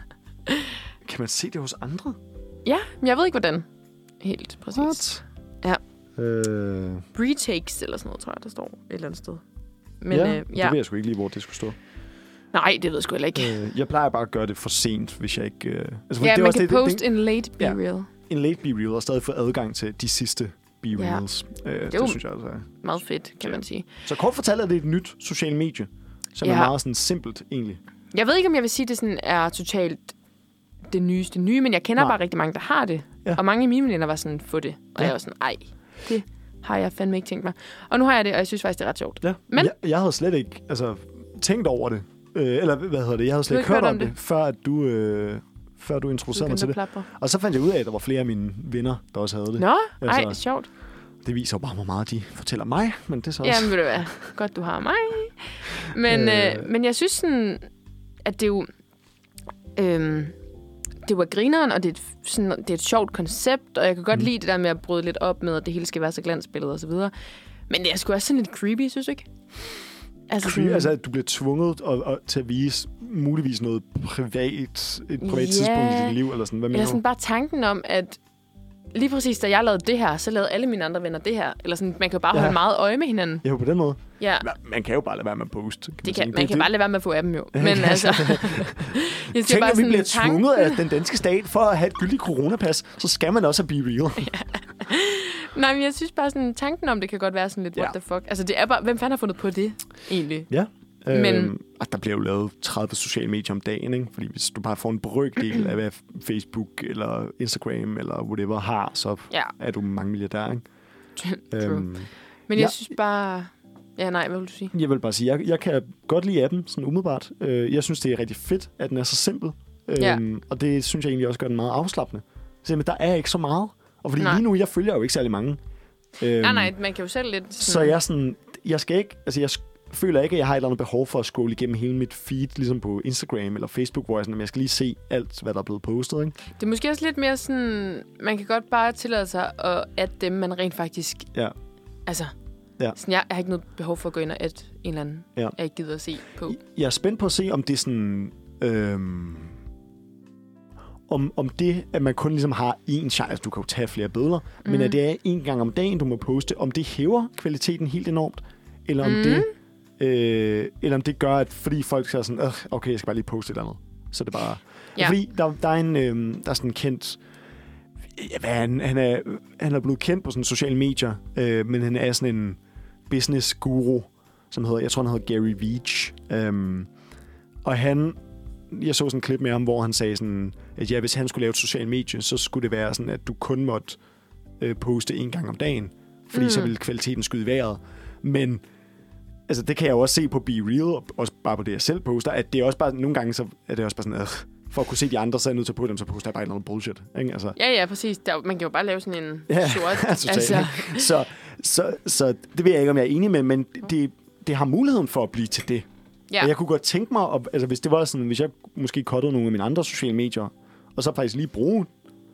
Kan man se det hos andre? Ja, men jeg ved ikke, hvordan. Helt præcis. What? Ja. Øh... Retakes eller sådan noget, tror jeg, der står et eller andet sted. Men, ja, øh, ja, det ved jeg sgu ikke lige, hvor det skulle stå. Nej, det ved jeg sgu heller ikke. Øh, jeg plejer bare at gøre det for sent, hvis jeg ikke... Øh... Altså, ja, det man kan det, poste det, en late be-real. Ja. En late be-real, og stadig få adgang til de sidste be-reals. Ja. Øh, det, det synes jeg altså er meget fedt, kan ja. man sige. Så kort fortalt er det et nyt socialt medie, som ja. er meget sådan simpelt, egentlig. Jeg ved ikke, om jeg vil sige, at det sådan er totalt det nyeste nye, men jeg kender Nej. bare rigtig mange, der har det. Ja. Og mange af mine veninder var sådan, få det. Og ja. jeg var sådan, ej, det har jeg fandme ikke tænkt mig. Og nu har jeg det, og jeg synes faktisk, det er ret sjovt. Ja. Men jeg, jeg havde slet ikke altså, tænkt over det. Øh, eller hvad hedder det? Jeg havde slet ikke hørt om det, det, før at du... Øh, før du introducerede mig til det. Og så fandt jeg ud af, at der var flere af mine venner, der også havde det. Nå, altså, ej, sjovt. Det viser jo bare, hvor meget de fortæller mig, men det er så også... Jamen, ved du hvad? Godt, du har mig. Men, øh. Øh, men jeg synes sådan, at det jo... Øh, det var grineren, og det er, et, sådan, det er et sjovt koncept, og jeg kan godt mm. lide det der med at bryde lidt op med, at det hele skal være så glansbillede og så videre. Men det er sgu også sådan lidt creepy, synes du ikke? Altså, Cre- sådan, altså at du bliver tvunget og, og, til at vise muligvis noget privat, et privat yeah. tidspunkt i dit liv, eller sådan. Hvad mener eller sådan bare tanken om, at lige præcis da jeg lavede det her, så lavede alle mine andre venner det her. Eller sådan, man kan jo bare ja. holde meget øje med hinanden. Ja, på den måde. Ja. Man, man kan jo bare lade være med at poste. Kan det man kan, man det, kan det. bare lade være med at få af dem jo. Men altså... jeg Tænk, bare at vi bliver tanken. tvunget af den danske stat for at have et gyldigt coronapas, så skal man også have be real. Ja. Nej, men jeg synes bare sådan, tanken om det kan godt være sådan lidt, what ja. the fuck. Altså, det er bare, hvem fanden har fundet på det, egentlig? Ja. Men, øhm, og der bliver jo lavet tredive sociale medier om dagen, ikke? Fordi hvis du bare får en brøkdel af, hvad Facebook eller Instagram eller whatever har, så ja. er du mange milliardær, ikke? True. Øhm, Men jeg ja. synes bare... Ja, nej, hvad vil du sige? Jeg vil bare sige, jeg, jeg kan godt lide appen, sådan umiddelbart. Jeg synes, det er rigtig fedt, at den er så simpel. Ja. Øhm, og det synes jeg egentlig også gør den meget afslappende. Så men der er ikke så meget. Og fordi nej. lige nu, jeg følger jo ikke særlig mange. Øhm, nej, nej, man kan jo selv lidt... Sådan... Så jeg sådan... Jeg skal ikke... Altså, jeg føler ikke, at jeg har et eller andet behov for at scrolle igennem hele mit feed, ligesom på Instagram eller Facebook, hvor jeg, sådan, jeg skal lige se alt, hvad der er blevet postet, ikke? Det er måske også lidt mere sådan... Man kan godt bare tillade sig at adde dem, man rent faktisk... Ja. Altså... Ja. Sådan, jeg har ikke noget behov for at gå ind og adde en eller anden, ja. jeg ikke gider at se på. Jeg er spændt på at se, om det er sådan... Øhm, om, om det, at man kun ligesom har én chance, du kan jo tage flere billeder, mm. men at det er en gang om dagen, du må poste, om det hæver kvaliteten helt enormt, eller om mm. det... Øh, eller om det gør, at fordi folk siger sådan, øh, okay, jeg skal bare lige poste et eller andet. Så det bare... Ja. Fordi der, der er en... Øh, der er sådan en kendt... Ja, hvad er han? Han er, han er blevet kendt på sådan sociale medier, øh, men han er sådan en business guru, som hedder... Jeg tror, han hedder Gary Veach. Um, og han... Jeg så sådan en klip med ham, hvor han sagde sådan, at ja, hvis han skulle lave et socialt medie, så skulle det være sådan, at du kun måtte øh, poste en gang om dagen, fordi mm. så ville kvaliteten skyde i vejret. Men... Altså, det kan jeg jo også se på Be Real, og også bare på det, jeg selv poster, at det er også bare, nogle gange, så er det også bare sådan, øh, for at kunne se de andre, så er jeg nødt til at på dem, så poster jeg bare noget bullshit. Ikke? Altså. Ja, ja, præcis. Der, man kan jo bare lave sådan en ja, sort. altså. så, så, så det ved jeg ikke, om jeg er enig med, men det, det har muligheden for at blive til det. Ja. Og jeg kunne godt tænke mig, at, altså, hvis det var sådan, hvis jeg måske cuttede nogle af mine andre sociale medier, og så faktisk lige bruge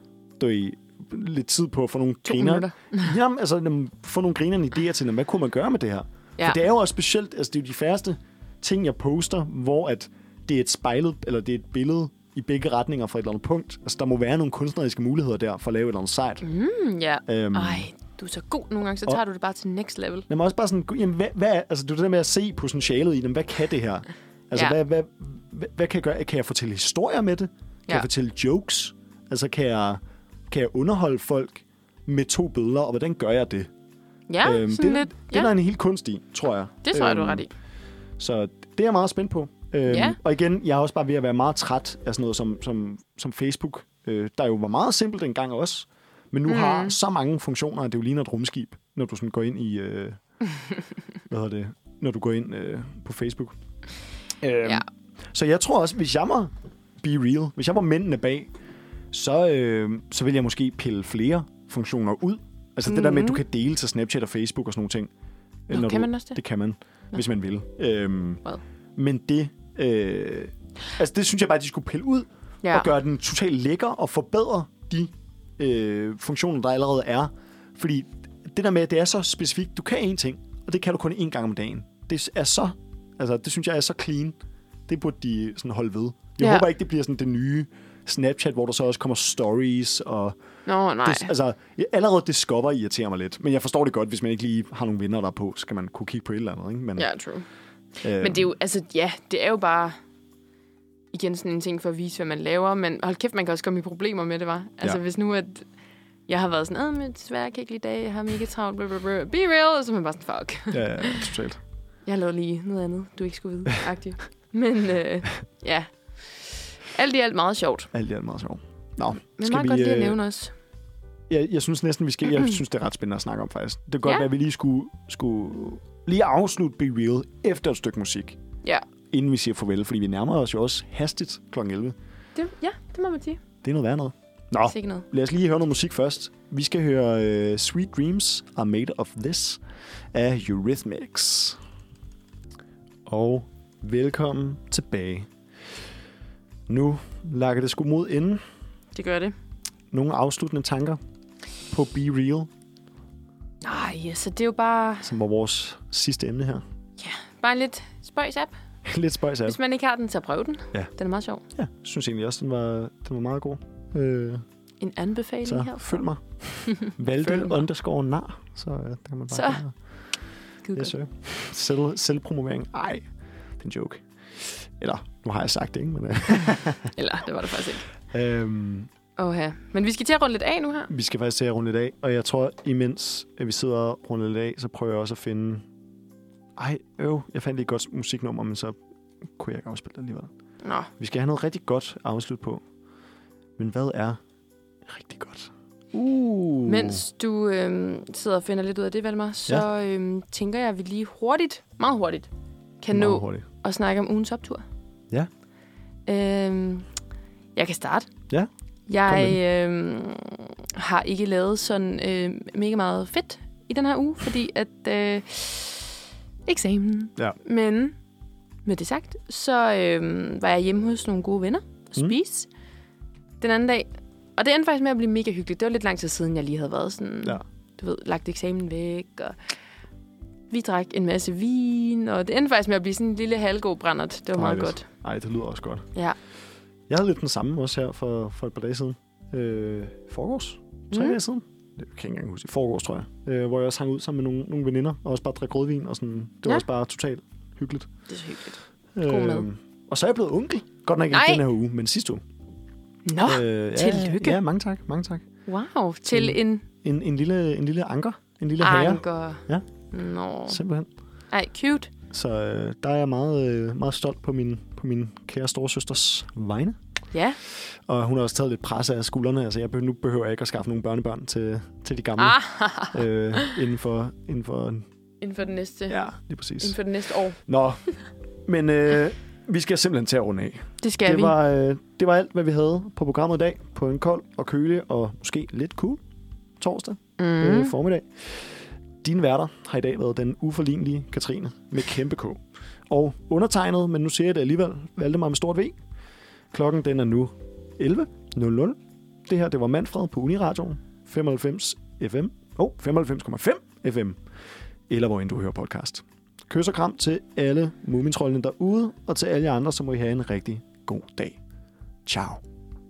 det lidt tid på at få nogle griner. Jamen, altså, få nogle grinerende idéer til, hvad kunne man gøre med det her? Ja. For det er jo også specielt, altså det er jo de færreste ting, jeg poster, hvor at det er et spejlet, eller det er et billede i begge retninger fra et eller andet punkt. Altså der må være nogle kunstneriske muligheder der for at lave et eller andet site. Mm, ja. Øhm, Ej, du er så god nogle gange, så tager og, du det bare til next level. Jamen også bare sådan, jamen hvad, hvad altså det er det der med at se potentialet i dem, hvad kan det her? Altså ja. hvad, hvad, hvad, hvad kan jeg gøre? Kan jeg fortælle historier med det? Kan ja. jeg fortælle jokes? Altså kan jeg, kan jeg underholde folk med to billeder, og hvordan gør jeg det? Ja, øhm, sådan det, lidt. Det ja. er der en helt kunst i, tror jeg. Det tror jeg, øhm, du er ret i. Så det er jeg meget spændt på. Øhm, ja. Og igen, jeg er også bare ved at være meget træt af sådan noget som, som, som Facebook, øh, der jo var meget simpelt engang også, men nu mm. har så mange funktioner, at det jo ligner et rumskib, når du sådan går ind i... Øh, hvad hedder det? Når du går ind øh, på Facebook. Øhm, ja. Så jeg tror også, hvis jeg var Be Real, hvis jeg var mændene bag, så, øh, så vil jeg måske pille flere funktioner ud. Altså mm-hmm. det der med, at du kan dele til Snapchat og Facebook og sådan nogle ting. Nå, når kan du, man også det? Det kan man, Nå. hvis man vil. Øhm, well. Men det... Øh, altså det synes jeg bare, at de skulle pille ud ja. og gøre den totalt lækker og forbedre de øh, funktioner, der allerede er. Fordi det der med, at det er så specifikt. Du kan én ting, og det kan du kun én gang om dagen. Det er så... Altså det synes jeg er så clean. Det burde de sådan holde ved. Jeg Ja. håber ikke, det bliver sådan det nye Snapchat, hvor der så også kommer stories. Og Nå, nej. det, altså, allerede Discover irriterer mig lidt. Men jeg forstår det godt, hvis man ikke lige har nogle venner der på, så skal man kunne kigge på et eller andet. Ikke? Men, Ja, true. øh, Men det er jo, altså, ja, det er jo bare igen sådan en ting for at vise, hvad man laver. Men hold kæft, man kan også komme i problemer med det, var. Altså, Ja. hvis nu, at jeg har været sådan, åh, men desværre kan jeg ikke lide dag, jeg har mega travlt, blah, blah, blah. Be real, og så er man bare sådan, fuck. Ja, ja, totalt. Jeg har lavet lige noget andet, du ikke skulle vide, aktivt. Men øh, ja, alt i alt meget sjovt. Alt i alt meget sjovt. Nå, Men skal meget vi, godt lige at øh, nævne os. Jeg, jeg synes næsten, vi skal... Jeg synes, det er ret spændende at snakke om, faktisk. Det kan godt Ja. være, at vi lige skulle, skulle lige afslutte Be Real efter et stykke musik, Ja, inden vi siger farvel, fordi vi nærmer os jo også hastigt klokken elleve. det, ja, det må man sige. Det er noget værd noget. Nå, Sikke noget. lad os lige høre noget musik først. Vi skal høre uh, Sweet Dreams Are Made of This af Eurythmics. Og velkommen tilbage. Nu lakker det sgu mod enden. Det gør det. Nogle afsluttende tanker på Be Real, Nej, altså det er jo bare, som var vores sidste emne her. bare en lidt spøjs app. Lidt spøjs af. Hvis man ikke har den, så prøv den. Ja. Den er meget sjov. Ja, jeg synes egentlig også, den var, den var meget god. Øh, En anbefaling så her. følg mig. Valgte Følg mig. underscore nar. Så øh, det kan man bare Så. gøre. Skide Yes, godt. sir. Selv, selvpromovering. Ej, det er en joke. Eller, nu har jeg sagt det, ikke? Men, øh, Eller, det var det faktisk ikke. øhm, Åh, ja. Men vi skal til at runde lidt af nu her. vi skal faktisk til at runde lidt af. Og jeg tror, imens at vi sidder og runder lidt af, så prøver jeg også at finde... Ej, øv, jeg fandt lige et godt musiknummer, men så kunne jeg ikke afspille det alligevel. Nå, Vi skal have noget rigtig godt afslut på. Men hvad er rigtig godt? Uh. mens du øhm, sidder og finder lidt ud af det, Valmar, så Ja. øhm, tænker jeg, at vi lige hurtigt, meget hurtigt, kan Meget nå hurtigt. at snakke om ugens optur. Ja. Øhm, jeg kan starte. Ja, Jeg øhm, har ikke lavet sådan øh, mega meget fedt i den her uge, fordi at øh, eksamen. Ja. Men med det sagt, så øh, var jeg hjemme hos nogle gode venner og Mm. spise den anden dag. Og det endte faktisk med at blive mega hyggeligt. Det var lidt lang tid siden, jeg lige havde været sådan, Ja. du ved, lagt eksamen væk, og vi drak en masse vin, og det endte faktisk med at blive sådan en lille halvgod brændert. Det var meget Dejligt. godt. Ej, det lyder også godt. Ja. Jeg havde lidt den samme også her for, for et par dage siden. Øh, forgårs? Tre Mm. dage siden? Det kan jeg ikke engang huske. Forgårs, tror jeg. Øh, hvor jeg også hang ud sammen med nogle, nogle veninder, og også bare drak rødvin, og sådan. Det var Ja. også bare totalt hyggeligt. Det er så hyggeligt. God mad. Og så er jeg blevet onkel. Godt nok ikke Nej. den her uge, men sidste uge. Nå, Øh, tillykke. Ja, ja, mange tak. Mange tak. wow. Til en En, en, lille, en lille anker. En lille herre. anker. Ja. Nå. Simpelthen. Ej, cute. Så øh, der er jeg meget, øh, meget stolt på min, på min kære storesøsters vegne. Ja. Og hun har også taget lidt pres af skuldrene. Altså, jeg behøver, nu behøver jeg ikke at skaffe nogle børnebørn til, til de gamle. Ah, øh, inden for... Inden for inden for den næste, ja, lige præcis. inden for det næste år. Nå, men øh, vi skal simpelthen til at runde af. Det skal Det vi. var, øh, det var alt, hvad vi havde på programmet i dag. På en kold og kølig og måske lidt cool torsdag Mm. øh, formiddag. Dine værter har i dag været den uforlignelige Katrine med kæmpe K. Og undertegnet, men nu siger jeg det alligevel, Valdemar med stort V. Klokken den er nu elleve nul nul. Det her, det var Manfred på Uniradioen. femoghalvfems F M. Oh, femoghalvfems komma fem F M. Eller hvor end du hører podcast. Kys og kram til alle Mumintrollene derude, og til alle jer andre, så må I have en rigtig god dag. Ciao.